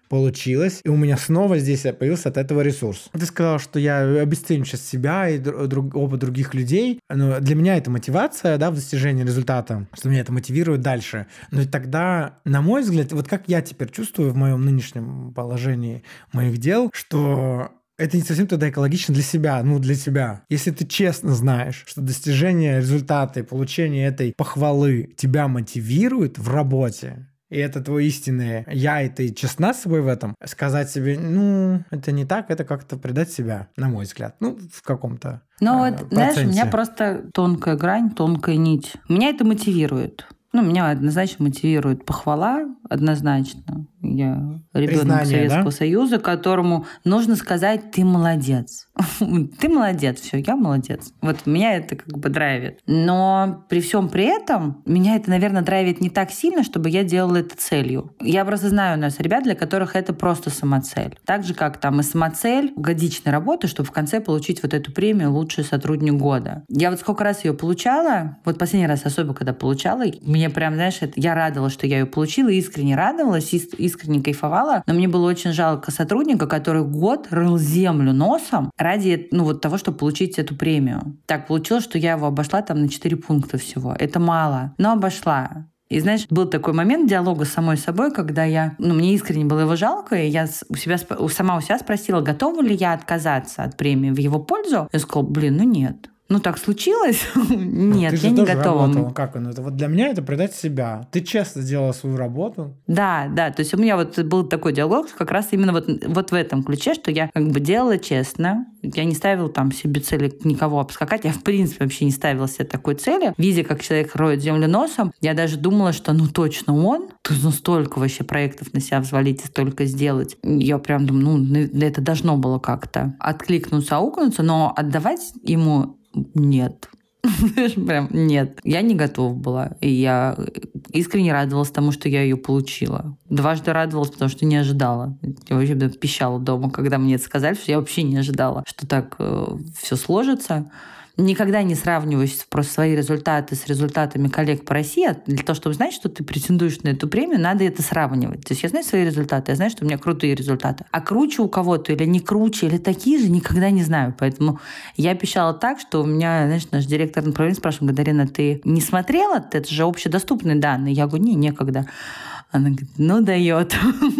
получилось, и у меня снова здесь появился от этого ресурс. Ты сказал, что я обесценю сейчас себя и опыт других людей, но для меня это мотивация, да, в достижении результата, что меня это мотивирует дальше. Но и тогда, на мой взгляд, вот как я теперь чувствую в моем нынешнем положении моих дел, что это не совсем тогда экологично для себя, для тебя. Если ты честно знаешь, что достижение результата и получение этой похвалы тебя мотивирует в работе, и это твое истинное «я», и ты честна с собой в этом, сказать себе, это не так, это как-то предать себя, на мой взгляд, в каком-то проценте. Знаешь, у меня просто тонкая грань, тонкая нить. Меня это мотивирует. Меня однозначно мотивирует похвала, однозначно. Я ребенок Советского Союза, которому нужно сказать «ты молодец». Ты молодец, все, я молодец. Вот меня это как бы драйвит. Но при всем при этом меня это, наверное, драйвит не так сильно, чтобы я делала это целью. Я просто знаю у нас ребят, для которых это просто самоцель. Так же, как там и самоцель годичной работы, чтобы в конце получить вот эту премию «Лучший сотрудник года». Я вот сколько раз ее получала, вот последний раз особо, когда получала, мне прям, знаешь, я радовалась, что я ее получила, искренне радовалась, искренне кайфовала, но мне было очень жалко сотрудника, который год рыл землю носом ради того, чтобы получить эту премию. Так получилось, что я его обошла там на 4 пункта всего. Это мало, но обошла. И знаешь, был такой момент диалога с самой собой, когда мне искренне было его жалко, и я сама у себя спросила, готова ли я отказаться от премии в его пользу. Я сказала, нет. Так случилось? Нет, я не готова. Работала. Как оно? Это вот для меня это предать себя. Ты честно сделала свою работу. Да. То есть у меня вот был такой диалог как раз именно вот в этом ключе, что я как бы делала честно. Я не ставила там себе цели никого обскакать. Я, в принципе, вообще не ставила себе такой цели. Видя, как человек роет землю носом, я даже думала, что точно он должен столько вообще проектов на себя взвалить и столько сделать. Я прям думаю, это должно было как-то откликнуться, аукнуться, но отдавать ему нет. Прям нет. Я не готова была. И я искренне радовалась тому, что я ее получила. Дважды радовалась, потому что не ожидала. Я вообще пищала дома, когда мне это сказали, что я вообще не ожидала, что так все сложится. Никогда не сравниваюсь просто свои результаты с результатами коллег по России. Для того, чтобы знать, что ты претендуешь на эту премию, надо это сравнивать. То есть я знаю свои результаты, я знаю, что у меня крутые результаты. А круче у кого-то или не круче, или такие же, никогда не знаю. Поэтому я пищала так, что у меня, наш директор направления спрашивает, Дарина, ты не смотрела? Это же общедоступные данные. Я говорю, некогда. Она говорит, дает.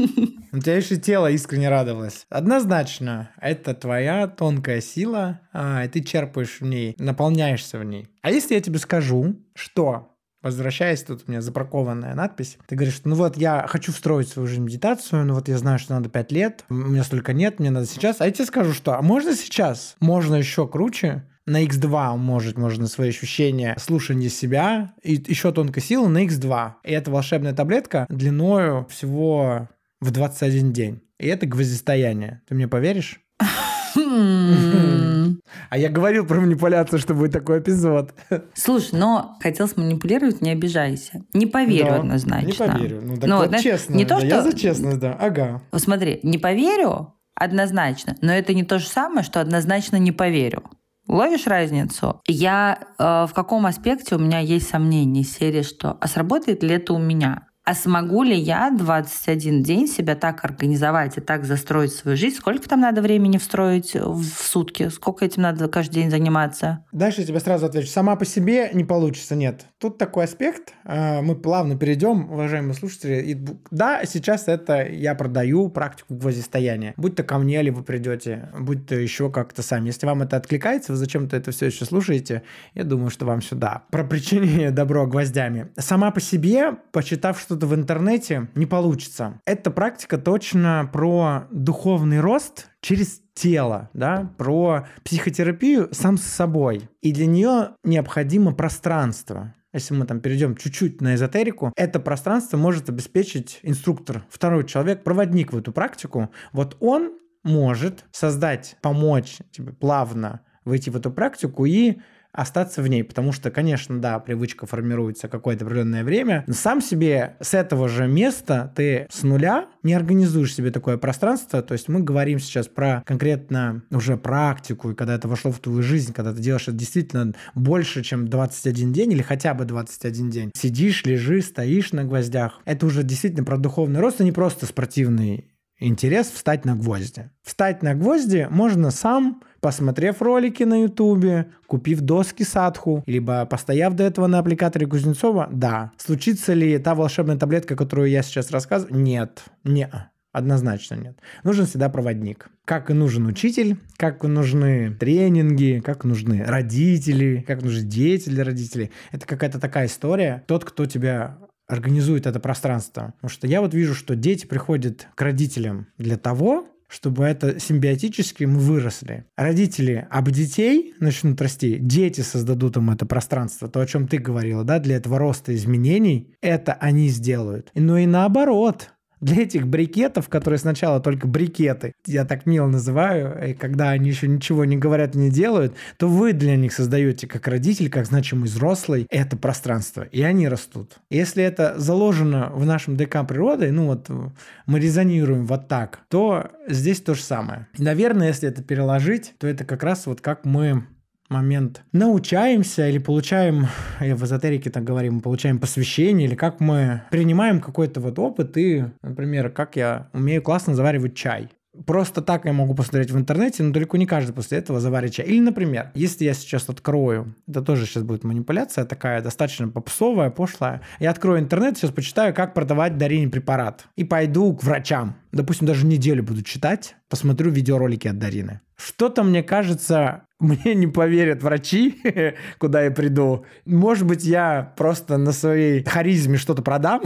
У тебя еще тело искренне радовалось. Однозначно, это твоя тонкая сила, и ты черпаешь в ней, наполняешься в ней. А если я тебе скажу, что, возвращаясь, тут у меня запаркованная надпись, ты говоришь, я хочу встроить в свою жизнь медитацию, я знаю, что надо 5 лет, у меня столько нет, мне надо сейчас. А я тебе скажу, что можно сейчас, можно еще круче, на x2 можно свои ощущения слушания себя, и еще тонкой силы на x2. И это волшебная таблетка длиною всего в 21 день. И это гвоздистояние. Ты мне поверишь? А я говорил про манипуляцию, что будет такой эпизод. Слушай, хотел сманипулировать, не обижайся. Не поверю однозначно. Не поверю. Честно. Не то, что... Я за честность, да. Ага. Смотри, не поверю однозначно, но это не то же самое, что однозначно не поверю. Ловишь разницу? Я в каком аспекте у меня есть сомнения из серии, что сработает ли это у меня? А смогу ли я 21 день себя так организовать и так застроить свою жизнь? Сколько там надо времени встроить в сутки? Сколько этим надо каждый день заниматься? Дальше я тебе сразу отвечу. Сама по себе не получится, нет. Тут такой аспект. Мы плавно перейдем, уважаемые слушатели. Да, сейчас это я продаю практику гвоздистояния. Будь то ко мне, ли вы придете, будь то еще как-то сами. Если вам это откликается, вы зачем-то это все еще слушаете, я думаю, что вам сюда. Про причинение добро гвоздями. Сама по себе, почитав что-то в интернете, не получится. Эта практика точно про духовный рост через тело, да, про психотерапию сам с собой. И для нее необходимо пространство. Если мы там перейдем чуть-чуть на эзотерику, это пространство может обеспечить инструктор, второй человек, проводник в эту практику. Вот он может помочь тебе плавно войти в эту практику и остаться в ней, потому что, конечно, да, привычка формируется какое-то определенное время, но сам себе с этого же места ты с нуля не организуешь себе такое пространство, то есть мы говорим сейчас про конкретно уже практику, и когда это вошло в твою жизнь, когда ты делаешь это действительно больше, чем 21 день или хотя бы 21 день, сидишь, лежишь, стоишь на гвоздях, это уже действительно про духовный рост, а не просто спортивный интерес встать на гвозди. Встать на гвозди можно сам, посмотрев ролики на Ютубе, купив доски садху, либо постояв до этого на аппликаторе Кузнецова. Да. Случится ли та волшебная таблетка, которую я сейчас рассказываю? Нет. Однозначно нет. Нужен всегда проводник. Как и нужен учитель, как и нужны тренинги, как нужны родители, как нужны дети для родителей. Это какая-то такая история. Тот, кто тебя организует это пространство. Потому что я вот вижу, что дети приходят к родителям для того, чтобы это симбиотически мы выросли. Родители об детей начнут расти, дети создадут им это пространство, то, о чем ты говорила, да, для этого роста изменений, это они сделают. Но и наоборот. Для этих брикетов, которые сначала только брикеты, я так мило называю, и когда они еще ничего не говорят и не делают, то вы для них создаете как родитель, как значимый взрослый это пространство, и они растут. Если это заложено в нашем ДК природы, мы резонируем вот так, то здесь то же самое. Наверное, если это переложить, то это как раз вот как мы момент научаемся или получаем, в эзотерике так говорим, получаем посвящение, или как мы принимаем какой-то вот опыт и, например, как я умею классно заваривать чай. Просто так я могу посмотреть в интернете, но далеко не каждый после этого заварит чай. Или, например, если я сейчас открою, это тоже сейчас будет манипуляция такая, достаточно попсовая, пошлая, я открою интернет, сейчас почитаю, как продавать Дарине препарат. И пойду к врачам. Допустим, даже неделю буду читать, посмотрю видеоролики от Дарины. Что-то, мне кажется, мне не поверят врачи, куда я приду. Может быть, я просто на своей харизме что-то продам,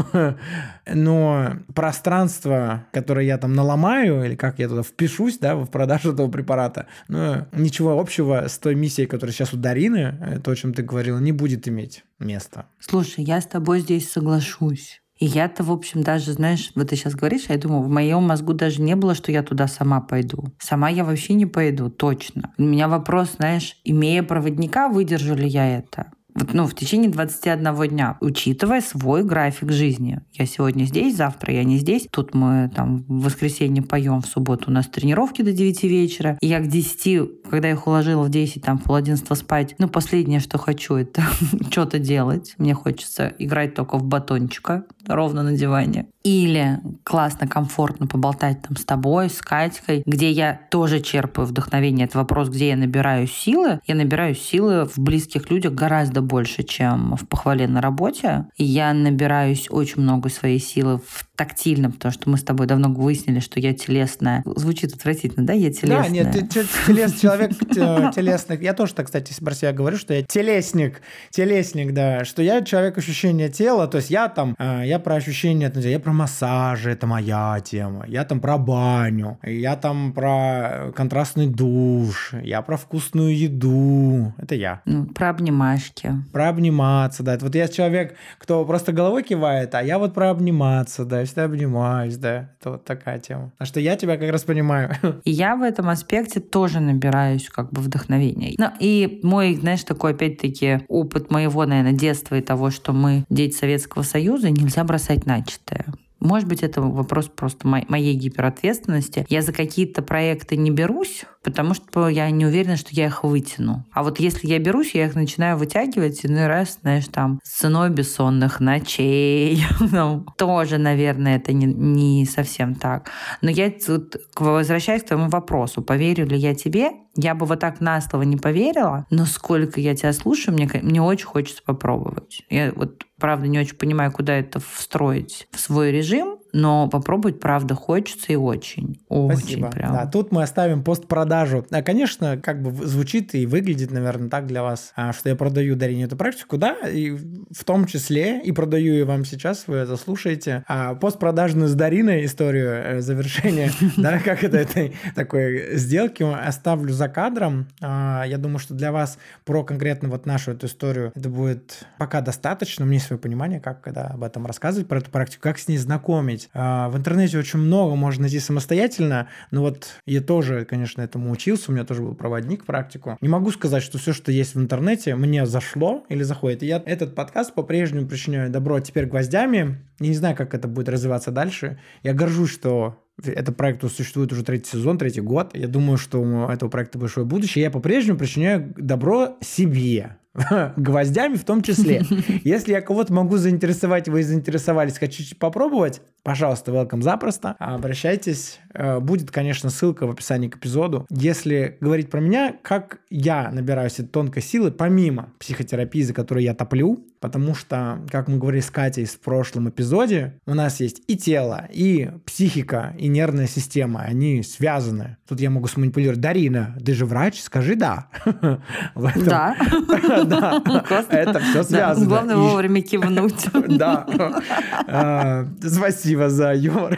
но пространство, которое я там наломаю, или как я туда впишусь, да, в продажу этого препарата, ничего общего с той миссией, которая сейчас у Дарины, то, о чем ты говорила, не будет иметь места. Слушай, я с тобой здесь соглашусь. И я-то, в общем, даже, знаешь, вот ты сейчас говоришь, я думаю, в моем мозгу даже не было, что я туда сама пойду. Сама я вообще не пойду, точно. У меня вопрос, знаешь, имея проводника, выдержу ли я это? В течение 21 дня, учитывая свой график жизни. Я сегодня здесь, завтра я не здесь. Тут мы там в воскресенье поем, в субботу у нас тренировки до 9 вечера. И я к 10, когда их уложила в 10, там, в 10:30 спать, последнее, что хочу, это что-то делать. Мне хочется играть только в батончика ровно на диване. Или классно, комфортно поболтать там с тобой, с Катькой, где я тоже черпаю вдохновение. Это вопрос, где я набираю силы. Я набираю силы в близких людях гораздо больше, чем в похвале на работе. И я набираюсь очень много своей силы в тактильном, потому что мы с тобой давно выяснили, что я телесная. Звучит отвратительно, да? Я телесная. Да, нет, ты человек телесный. Я тоже так, кстати, про себя говорю, что я телесник, да, что я человек ощущения тела, то есть я про ощущения, я про массажи, это моя тема, я там про баню, я там про контрастный душ, я про вкусную еду, это я. Про обнимашки. Про обниматься, да. Вот я человек, кто просто головой кивает, а я вот про обниматься, да, я всегда обнимаюсь, да. Это вот такая тема. А что я тебя как раз понимаю. И я в этом аспекте тоже набираюсь вдохновения. И мой, знаешь, такой, опять-таки, опыт моего, наверное, детства и того, что мы дети Советского Союза, нельзя бросать начатое. Может быть, это вопрос просто моей гиперответственности. Я за какие-то проекты не берусь, потому что я не уверена, что я их вытяну. А вот если я берусь, я их начинаю вытягивать иной раз, знаешь, там, с ценой бессонных ночей. Тоже, наверное, это не совсем так. Но я тут возвращаюсь к твоему вопросу. Поверю ли я тебе? Я бы вот так на слово не поверила, но сколько я тебя слушаю, мне очень хочется попробовать. Я правда, не очень понимаю, куда это встроить в свой режим, но попробовать, правда, хочется и очень. Спасибо. Очень прям. Да, тут мы оставим постпродажу. Конечно, звучит и выглядит, наверное, так для вас, что я продаю Дарине эту практику, да, и в том числе и продаю ее вам сейчас, вы это слушаете. Постпродажную с Дариной историю завершения, да, как этой такой сделки оставлю за кадром. Я думаю, что для вас про конкретно нашу эту историю это будет пока достаточно. У меня есть свое понимание, как об этом рассказывать, про эту практику, как с ней знакомить. В интернете очень много можно найти самостоятельно, но я тоже, конечно, этому учился, у меня тоже был проводник в практику. Не могу сказать, что все, что есть в интернете, мне зашло или заходит. И я этот подкаст по-прежнему причиняю добро теперь гвоздями. Я не знаю, как это будет развиваться дальше. Я горжусь, что этот проект существует уже 3-й сезон, 3-й год. Я думаю, что у этого проекта большое будущее. Я по-прежнему причиняю добро себе. Гвоздями в том числе. Если я кого-то могу заинтересовать, вы заинтересовались, хотите попробовать, пожалуйста, welcome запросто. Обращайтесь. Будет, конечно, ссылка в описании к эпизоду. Если говорить про меня, как я набираюсь этой тонкой силы, помимо психотерапии, за которой я топлю, потому что, как мы говорили с Катей в прошлом эпизоде, у нас есть и тело, и психика, и нервная система. Они связаны. Тут я могу сманипулировать. Дарина, ты же врач, скажи «да». Да. Да, это все связано. Главное вовремя кивнуть. Да. Спасибо за юмор.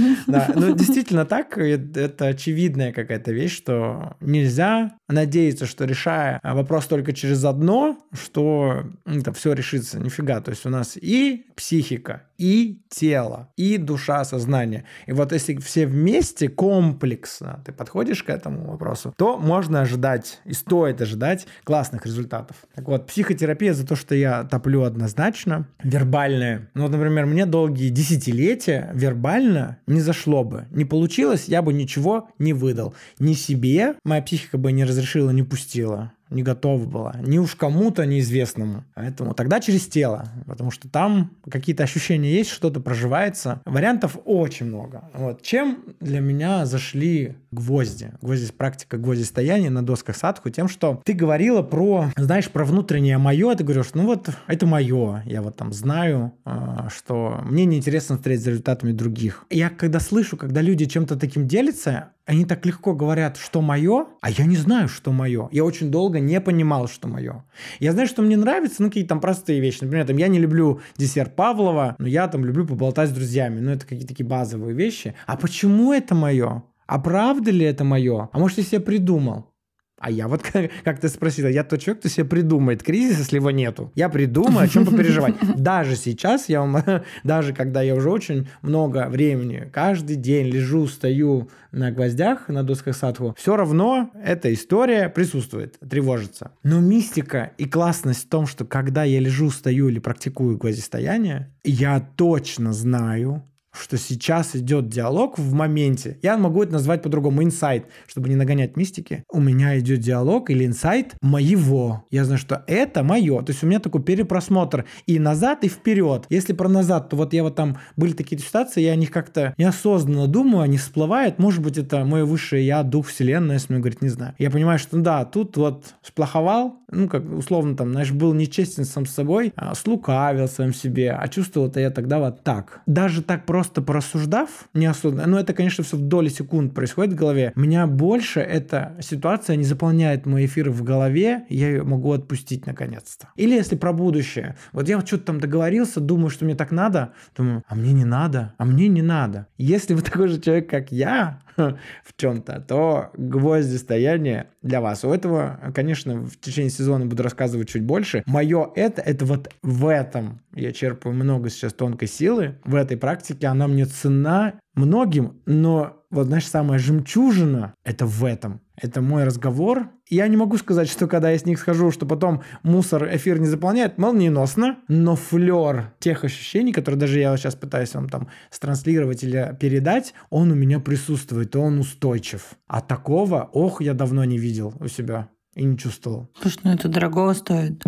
Ну, действительно так. Это очевидная какая-то вещь, что нельзя надеяться, что решая вопрос только через одно, что это все решится. Нифига. То есть у нас и психика, и тело, и душа, сознание. И вот если все вместе комплексно ты подходишь к этому вопросу, то можно ожидать и стоит ожидать классных результатов. Так вот, психотерапия за то, что я топлю однозначно. Вербальная. Ну, вот, например, мне долгие десятилетия вербально не зашло бы. Не получилось, я бы ничего не выдал. Ни себе моя психика бы не разрешила, не пустила. Не готова была. Ни уж кому-то неизвестному. Поэтому тогда через тело. Потому что там какие-то ощущения есть, что-то проживается. Вариантов очень много. Вот. Чем для меня зашли гвозди? Гвозди, практика гвоздистояния на досках садху тем, что ты говорила про, знаешь, про внутреннее мое. Ты говоришь, ну вот это мое. Я вот там знаю, что мне неинтересно смотреть за результатами других. Я когда слышу, когда люди чем-то таким делятся, они так легко говорят, что мое, а я не знаю, что мое. Я очень долго не понимал, что мое. Я знаю, что мне нравится, ну, какие-то там простые вещи. Например, там, я не люблю десерт Павлова, но я там люблю поболтать с друзьями. Ну, это какие-то такие базовые вещи. А почему это мое? А правда ли это мое? А может, я себе придумал? А я вот, как ты спросила, я тот человек, кто себе придумает кризис, если его нету. Я придумаю, о чем попереживать. Даже сейчас, даже когда я уже очень много времени, каждый день лежу, стою на гвоздях, на досках садху, все равно эта история присутствует, тревожится. Но мистика и классность в том, что когда я лежу, стою или практикую гвоздистояние, я точно знаю, что сейчас идет диалог в моменте. Я могу это назвать по-другому инсайт, чтобы не нагонять мистики. У меня идет диалог или инсайт моего. Я знаю, что это мое. То есть у меня такой перепросмотр и назад, и вперед. Если про назад, то вот я вот там были такие ситуации, я о них как-то неосознанно думаю, они всплывают. Может быть, это мое высшее я, дух вселенной, если мне говорить, не знаю. Я понимаю, что да, тут вот сплоховал, ну, как условно там, знаешь, был нечестен сам с собой, слукавил сам себе, а чувствовал-то я тогда вот так. Даже так просто порассуждав неосознанно, ну, это, конечно, все в доли секунд происходит в голове, меня больше эта ситуация не заполняет мои эфиры в голове, я ее могу отпустить наконец-то. Или если про будущее. Вот я вот что-то там договорился, думаю, что мне так надо, думаю, а мне не надо, а мне не надо. Если вы такой же человек, как я, в чем-то, то гвоздистояние для вас. У этого, конечно, в течение сезона буду рассказывать чуть больше. Мое это вот в этом я черпаю много сейчас тонкой силы. В этой практике она мне ценна многим, но вот, знаешь, самая жемчужина — это в этом. Это мой разговор. Я не могу сказать, что когда я с них схожу, что потом мусор эфир не заполняет, молниеносно, но флер тех ощущений, которые даже я сейчас пытаюсь вам там странслировать или передать, он у меня присутствует, и он устойчив. А такого, я давно не видел у себя и не чувствовал. Слушай, ну это дорого стоит.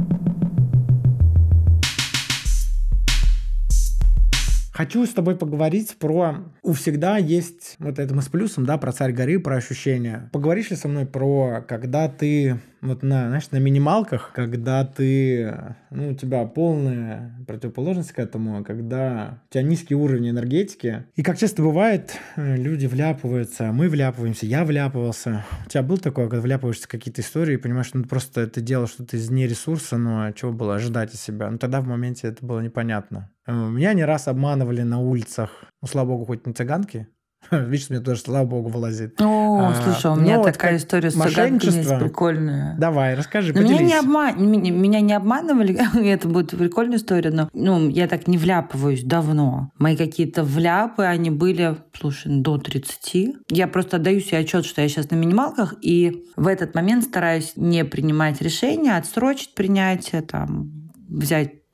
Хочу с тобой поговорить про... У всегда есть... Вот это мы с плюсом, да, про царь горы, про ощущения. Поговоришь ли со мной про, когда ты... Вот на минималках, когда ты, у тебя полная противоположность к этому, когда у тебя низкий уровень энергетики. И как часто бывает, люди вляпываются, мы вляпываемся, я вляпывался. У тебя был такое, когда вляпываешься в какие-то истории, и понимаешь, что просто это дело что-то из нересурса, но чего было ожидать от себя. Но тогда в моменте это было непонятно. Меня не раз обманывали на улицах, слава богу, хоть не цыганки. Видишь, мне тоже, слава богу, вылазит. Слушай, у меня такая история с цыганками есть прикольная. Давай, расскажи, поделись. Меня не обманывали, это будет прикольная история, но я так не вляпываюсь давно. Мои какие-то вляпы, они были, до 30. Я просто отдаю себе отчет, что я сейчас на минималках, и в этот момент стараюсь не принимать решения, отсрочить принятие, взять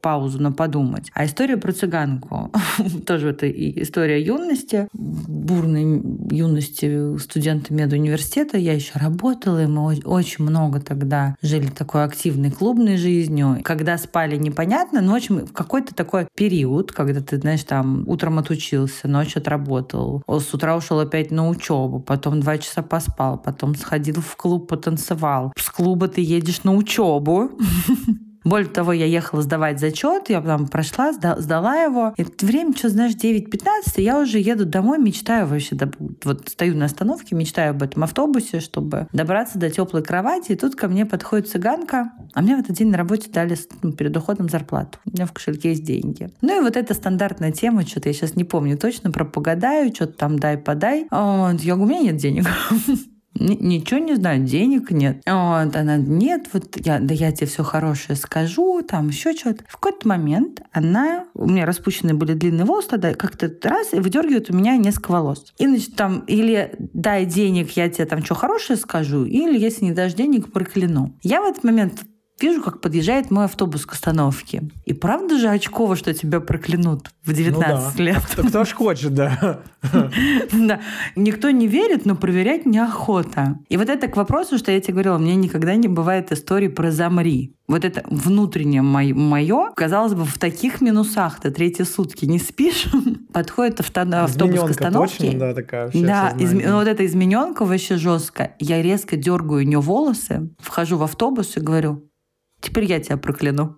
паузу на подумать. А история про цыганку. Тоже это история юности, бурной юности студента медуниверситета. Я еще работала, и мы очень много тогда жили такой активной клубной жизнью. Когда спали, непонятно, но очень в какой-то такой период, когда ты, знаешь, там утром отучился, ночью отработал, с утра ушел опять на учебу, потом 2 часа поспал, потом сходил в клуб, потанцевал. С клуба ты едешь на учебу. Более того, я ехала сдавать зачет, я там прошла, сдала его. И время, что знаешь, 9:15, и я уже еду домой, мечтаю вообще, вот стою на остановке, мечтаю об этом автобусе, чтобы добраться до теплой кровати. И тут ко мне подходит цыганка, а мне в этот день на работе дали перед уходом зарплату. У меня в кошельке есть деньги. Ну и вот эта стандартная тема, что-то я сейчас не помню точно, про погадаю, что-то там дай-подай. Вот, я говорю, у меня нет денег. Ничего не знаю, денег нет. Вот, она, нет, вот я тебе все хорошее скажу, там еще что-то. В какой-то момент у меня распущенные были длинные волосы, тогда как-то раз и выдергивает у меня несколько волос. И, значит, там, или дай денег, я тебе там что хорошее скажу, или если не дашь денег, прокляну. Я в этот момент вижу, как подъезжает мой автобус к остановке. И правда же очково, что тебя проклянут в 19 лет? Кто ж хочет, да. Да. Никто не верит, но проверять неохота. И вот это к вопросу, что я тебе говорила, у меня никогда не бывает истории про «замри». Вот это внутреннее мое, казалось бы, в таких минусах ты 3 сутки не спишь, подходит автобус к остановке. Точно, да, такая да, вот эта измененка вообще жестко. Я резко дергаю у нее волосы, вхожу в автобус и говорю: теперь я тебя прокляну.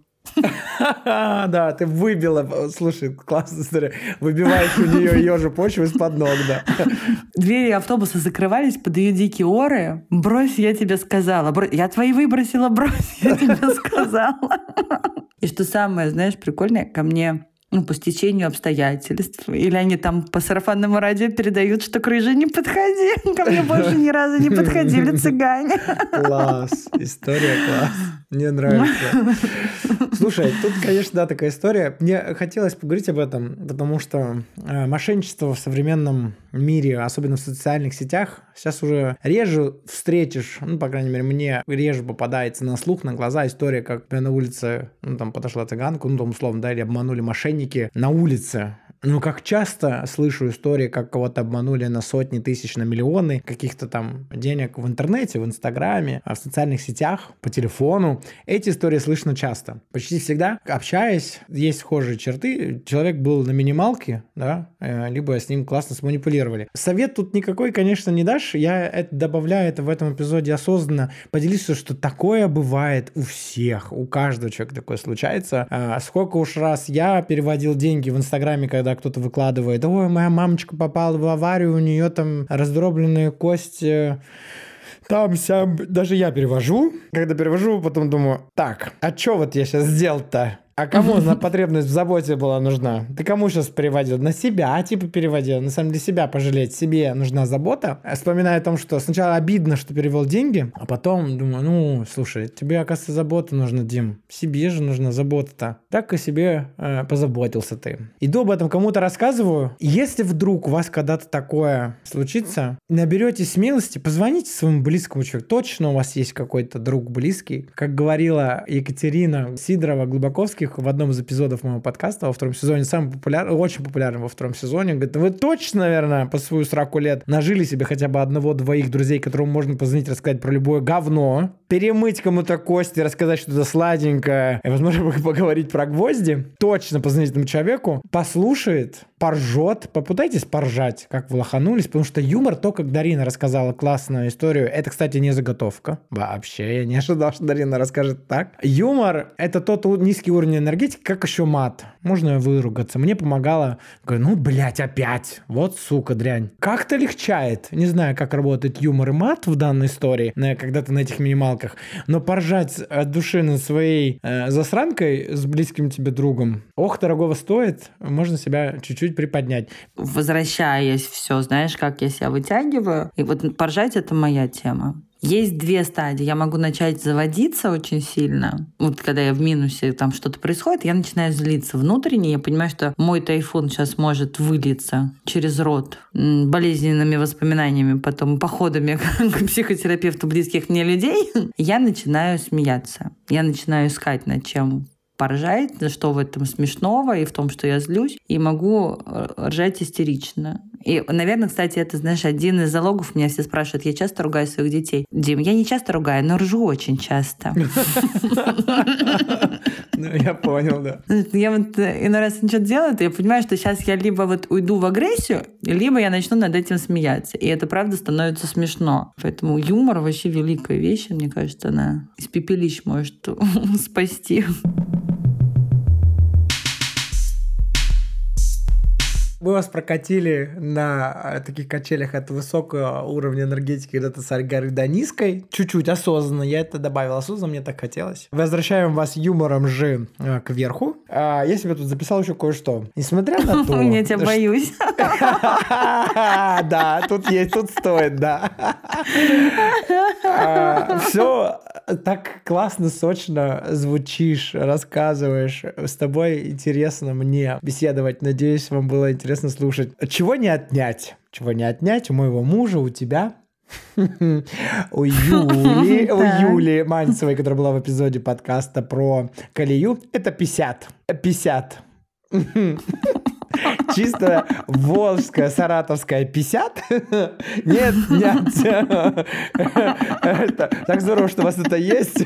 Да, ты выбила, слушай, классная история, выбиваешь у нее ее же почву из-под ног, да. Двери автобуса закрывались под ее дикие оры. Брось, я тебе сказала. Я твои выбросила, брось, я тебе сказала. И что самое, знаешь, прикольное, ко мне по стечению обстоятельств. Или они там по сарафанному радио передают, что к рыже не подходи. Ко мне больше ни разу не подходили цыгане. Класс. История класс. Мне нравится. Слушай, тут, конечно, да, такая история. Мне хотелось поговорить об этом, потому что мошенничество в современном мире, особенно в социальных сетях, сейчас уже реже встретишь, по крайней мере, мне реже попадается на слух, на глаза история, как на улице, там подошла цыганка, там условно, да, или обманули мошенники на улице. Как часто слышу истории, как кого-то обманули на сотни тысяч, на миллионы каких-то там денег в интернете, в Инстаграме, в социальных сетях, по телефону. Эти истории слышно часто. Почти всегда, общаясь, есть схожие черты. Человек был на минималке, да, либо с ним классно сманипулировали. Совет тут никакой, конечно, не дашь. Я добавляю это в этом эпизоде осознанно. Поделюсь, что такое бывает у всех, у каждого человека такое случается. Сколько уж раз я переводил деньги в Инстаграме, когда кто-то выкладывает: ой, моя мамочка попала в аварию, у нее там раздробленные кости, там-сям. Даже я перевожу. Когда перевожу, потом думаю: так, а что вот я сейчас сделал-то? А кому потребность в заботе была нужна? Ты кому сейчас переводил? На себя, переводил. На самом деле себя пожалеть. Себе нужна забота. Вспоминаю о том, что сначала обидно, что перевел деньги, а потом думаю: слушай, тебе, оказывается, забота нужна, Дим. Себе же нужна забота-то. Так о себе позаботился ты. Иду об этом кому-то рассказываю. Если вдруг у вас когда-то такое случится, наберете смелости, позвоните своему близкому человеку. Точно у вас есть какой-то друг близкий. Как говорила Екатерина Сидорова-Глубоковский в одном из эпизодов моего подкаста во 2 сезоне, самый популярный, очень популярный во 2 сезоне, говорит: вы точно, наверное, по свою 40 лет нажили себе хотя бы 1-2 друзей, которым можно позвонить, рассказать про любое говно, перемыть кому-то кости, рассказать что-то сладенькое, и, возможно, поговорить про гвозди. Точно позвонить этому человеку, послушает, поржет, попытайтесь поржать, как вы лоханулись, потому что юмор, то, как Дарина рассказала классную историю, это, кстати, не заготовка. Вообще, я не ожидал, что Дарина расскажет так. Юмор — это тот низкий уровень энергетики, как еще мат. Можно выругаться. Мне помогало. Говорю: опять. Вот сука, дрянь. Как-то легчает. Не знаю, как работает юмор и мат в данной истории, когда ты на этих минималках, но поржать от души над своей засранкой с близким тебе другом, дорогого стоит. Можно себя чуть-чуть приподнять. Возвращаясь, все, знаешь, как я себя вытягиваю. И вот поржать — это моя тема. Есть 2 стадии. Я могу начать заводиться очень сильно. Вот когда я в минусе, там что-то происходит, я начинаю злиться внутренне. Я понимаю, что мой тайфун сейчас может вылиться через рот болезненными воспоминаниями, потом походами к психотерапевту близких мне людей. Я начинаю смеяться. Я начинаю искать, над чем поржать, что в этом смешного, и в том, что я злюсь, и могу ржать истерично. И, наверное, кстати, это, знаешь, один из залогов. Меня все спрашивают, я часто ругаю своих детей. Дим, я не часто ругаю, но ржу очень часто. Ну, я понял, да. Я вот иной раз что-то делаю, то я понимаю, что сейчас я либо вот уйду в агрессию, либо я начну над этим смеяться. И это, правда, становится смешно. Поэтому юмор вообще великая вещь. Мне кажется, она из пепелищ может спасти. Мы вас прокатили на таких качелях от высокого уровня энергетики, когда ты с горы до низкой. Чуть-чуть осознанно. Я это добавил осознанно, мне так хотелось. Возвращаем вас юмором же кверху. Я себе тут записал еще кое-что. Несмотря на то... Я тебя боюсь. Да, тут есть, тут стоит, да. Все так классно, сочно звучишь, рассказываешь. С тобой интересно мне беседовать. Надеюсь, вам было интересно слушать. Чего не отнять? Чего не отнять у моего мужа, у тебя, у Юли Мальцевой, которая была в эпизоде подкаста про колею. Это 50. 50. Чисто волжская, саратовская 50? Нет. Так здорово, что у вас это есть.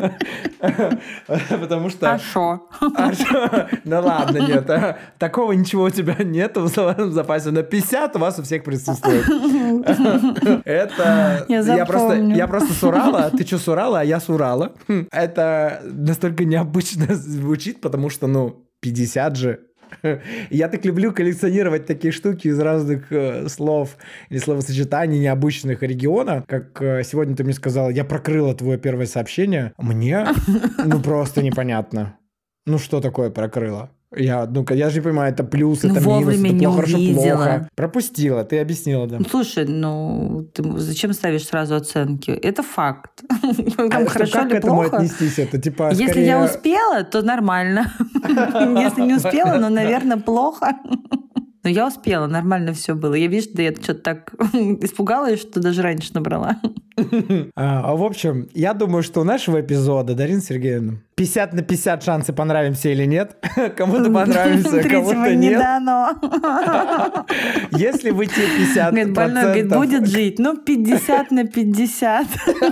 Потому что... А шо? Ну ладно, нет. Такого ничего у тебя нет в запасе. На 50 у вас у всех присутствует. Это... Я просто с Урала. Ты что, с Урала? А я с Урала. Это настолько необычно звучит, потому что, 50 же. Я так люблю коллекционировать такие штуки из разных слов или словосочетаний необычных региона. Как сегодня ты мне сказала, я прокрыла твое первое сообщение. Мне, просто непонятно. Что такое прокрыла? Я же не понимаю, это плюс, это минус, это плохо, хорошо, плохо. Пропустила, ты объяснила, да. Слушай, ты зачем ставишь сразу оценки? Это факт. Хорошо как или к этому плохо? отнестись? Это типа Если скорее... я успела, то нормально. Если не успела, наверное, плохо. Но я успела, нормально все было. Я, видишь, я что-то так испугалась, что даже раньше набрала. В общем, я думаю, что у нашего эпизода, Дарина Сергеевна, 50 на 50 шансы понравимся или нет. Кому-то понравимся, кому-то нет. Не дано. Если вы те 50%... Говорит, больной, будет жить. 50 на 50.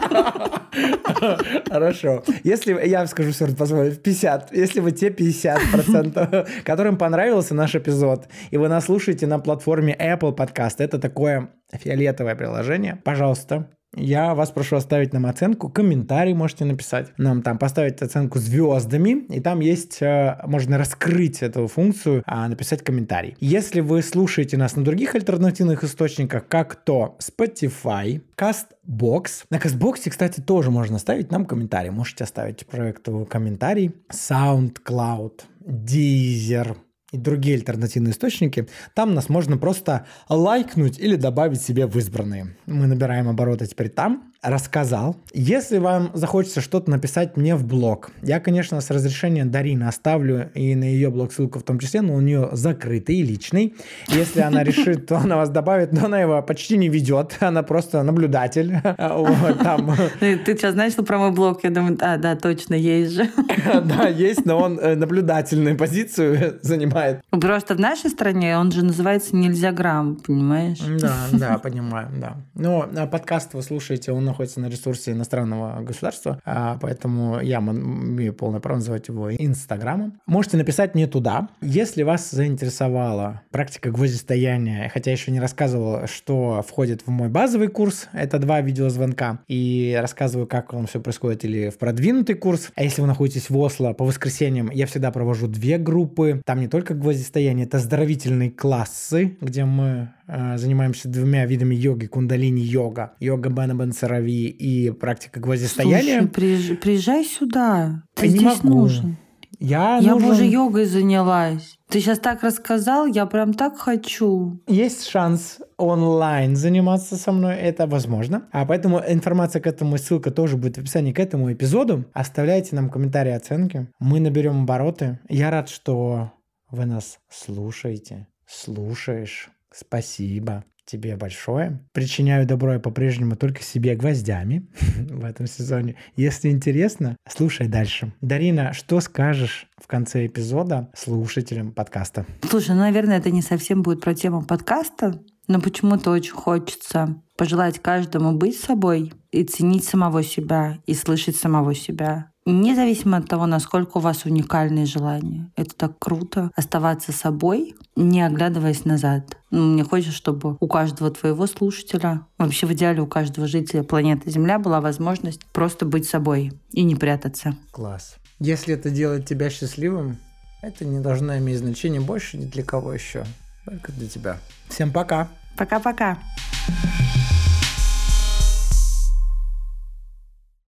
Хорошо. Если, я скажу все равно, позволю, 50. Если вы те 50%, которым понравился наш эпизод, и вы нас слушаете на платформе Apple Podcast, это такое фиолетовое приложение, пожалуйста, я вас прошу оставить нам оценку, комментарий можете написать нам там, поставить оценку звездами, и там есть, можно раскрыть эту функцию, написать комментарий. Если вы слушаете нас на других альтернативных источниках, как то Spotify, CastBox. На CastBox, кстати, тоже можно оставить нам комментарий. Можете оставить проекту комментарий. SoundCloud, Deezer и другие альтернативные источники, там нас можно просто лайкнуть или добавить себе в избранные. Мы набираем обороты теперь там. Рассказал. Если вам захочется что-то написать мне в блог, я, конечно, с разрешения Дарины оставлю и на ее блог ссылку в том числе, но у нее закрытый и личный. Если она решит, то она вас добавит, но она его почти не ведет, она просто наблюдатель. Ты сейчас знаешь, что про мой блог? Я думаю, да, точно, есть же. Да, есть, но он наблюдательную позицию занимает. Просто в нашей стране он же называется «Нельзяграм», понимаешь? Да, понимаю, да. Но подкаст вы слушаете, он находится на ресурсе иностранного государства, поэтому я имею полное право называть его Инстаграмом. Можете написать мне туда. Если вас заинтересовала практика гвоздистояния, хотя я еще не рассказывал, что входит в мой базовый курс, это 2 видеозвонка, и рассказываю, как он все происходит, или в продвинутый курс. А если вы находитесь в Осло, по воскресеньям я всегда провожу 2 группы. Там не только гвоздистояние, это оздоровительные классы, где мы занимаемся 2 видами йоги: кундалини-йога, йога Бена Бен-Сарави и практика гвоздистояния. Слушай, приезжай сюда. Ты не здесь могу. нужен. Я бы уже йогой занялась. Ты сейчас так рассказал, я прям так хочу. Есть шанс онлайн заниматься со мной, это возможно. Поэтому информация к этому, ссылка тоже будет в описании к этому эпизоду. Оставляйте нам комментарии, оценки. Мы наберем обороты. Я рад, что вы нас слушаете. Слушаешь. Спасибо тебе большое. Причиняю добро я по-прежнему только себе гвоздями в этом сезоне. Если интересно, слушай дальше. Дарина, что скажешь в конце эпизода слушателям подкаста? Слушай, наверное, это не совсем будет про тему подкаста, но почему-то очень хочется пожелать каждому быть собой и ценить самого себя, и слышать самого себя. Независимо от того, насколько у вас уникальные желания. Это так круто. Оставаться собой, не оглядываясь назад. Мне хочется, чтобы у каждого твоего слушателя, вообще в идеале у каждого жителя планеты Земля была возможность просто быть собой и не прятаться. Класс. Если это делает тебя счастливым, это не должно иметь значения больше ни для кого еще. Только для тебя. Всем пока. Пока-пока.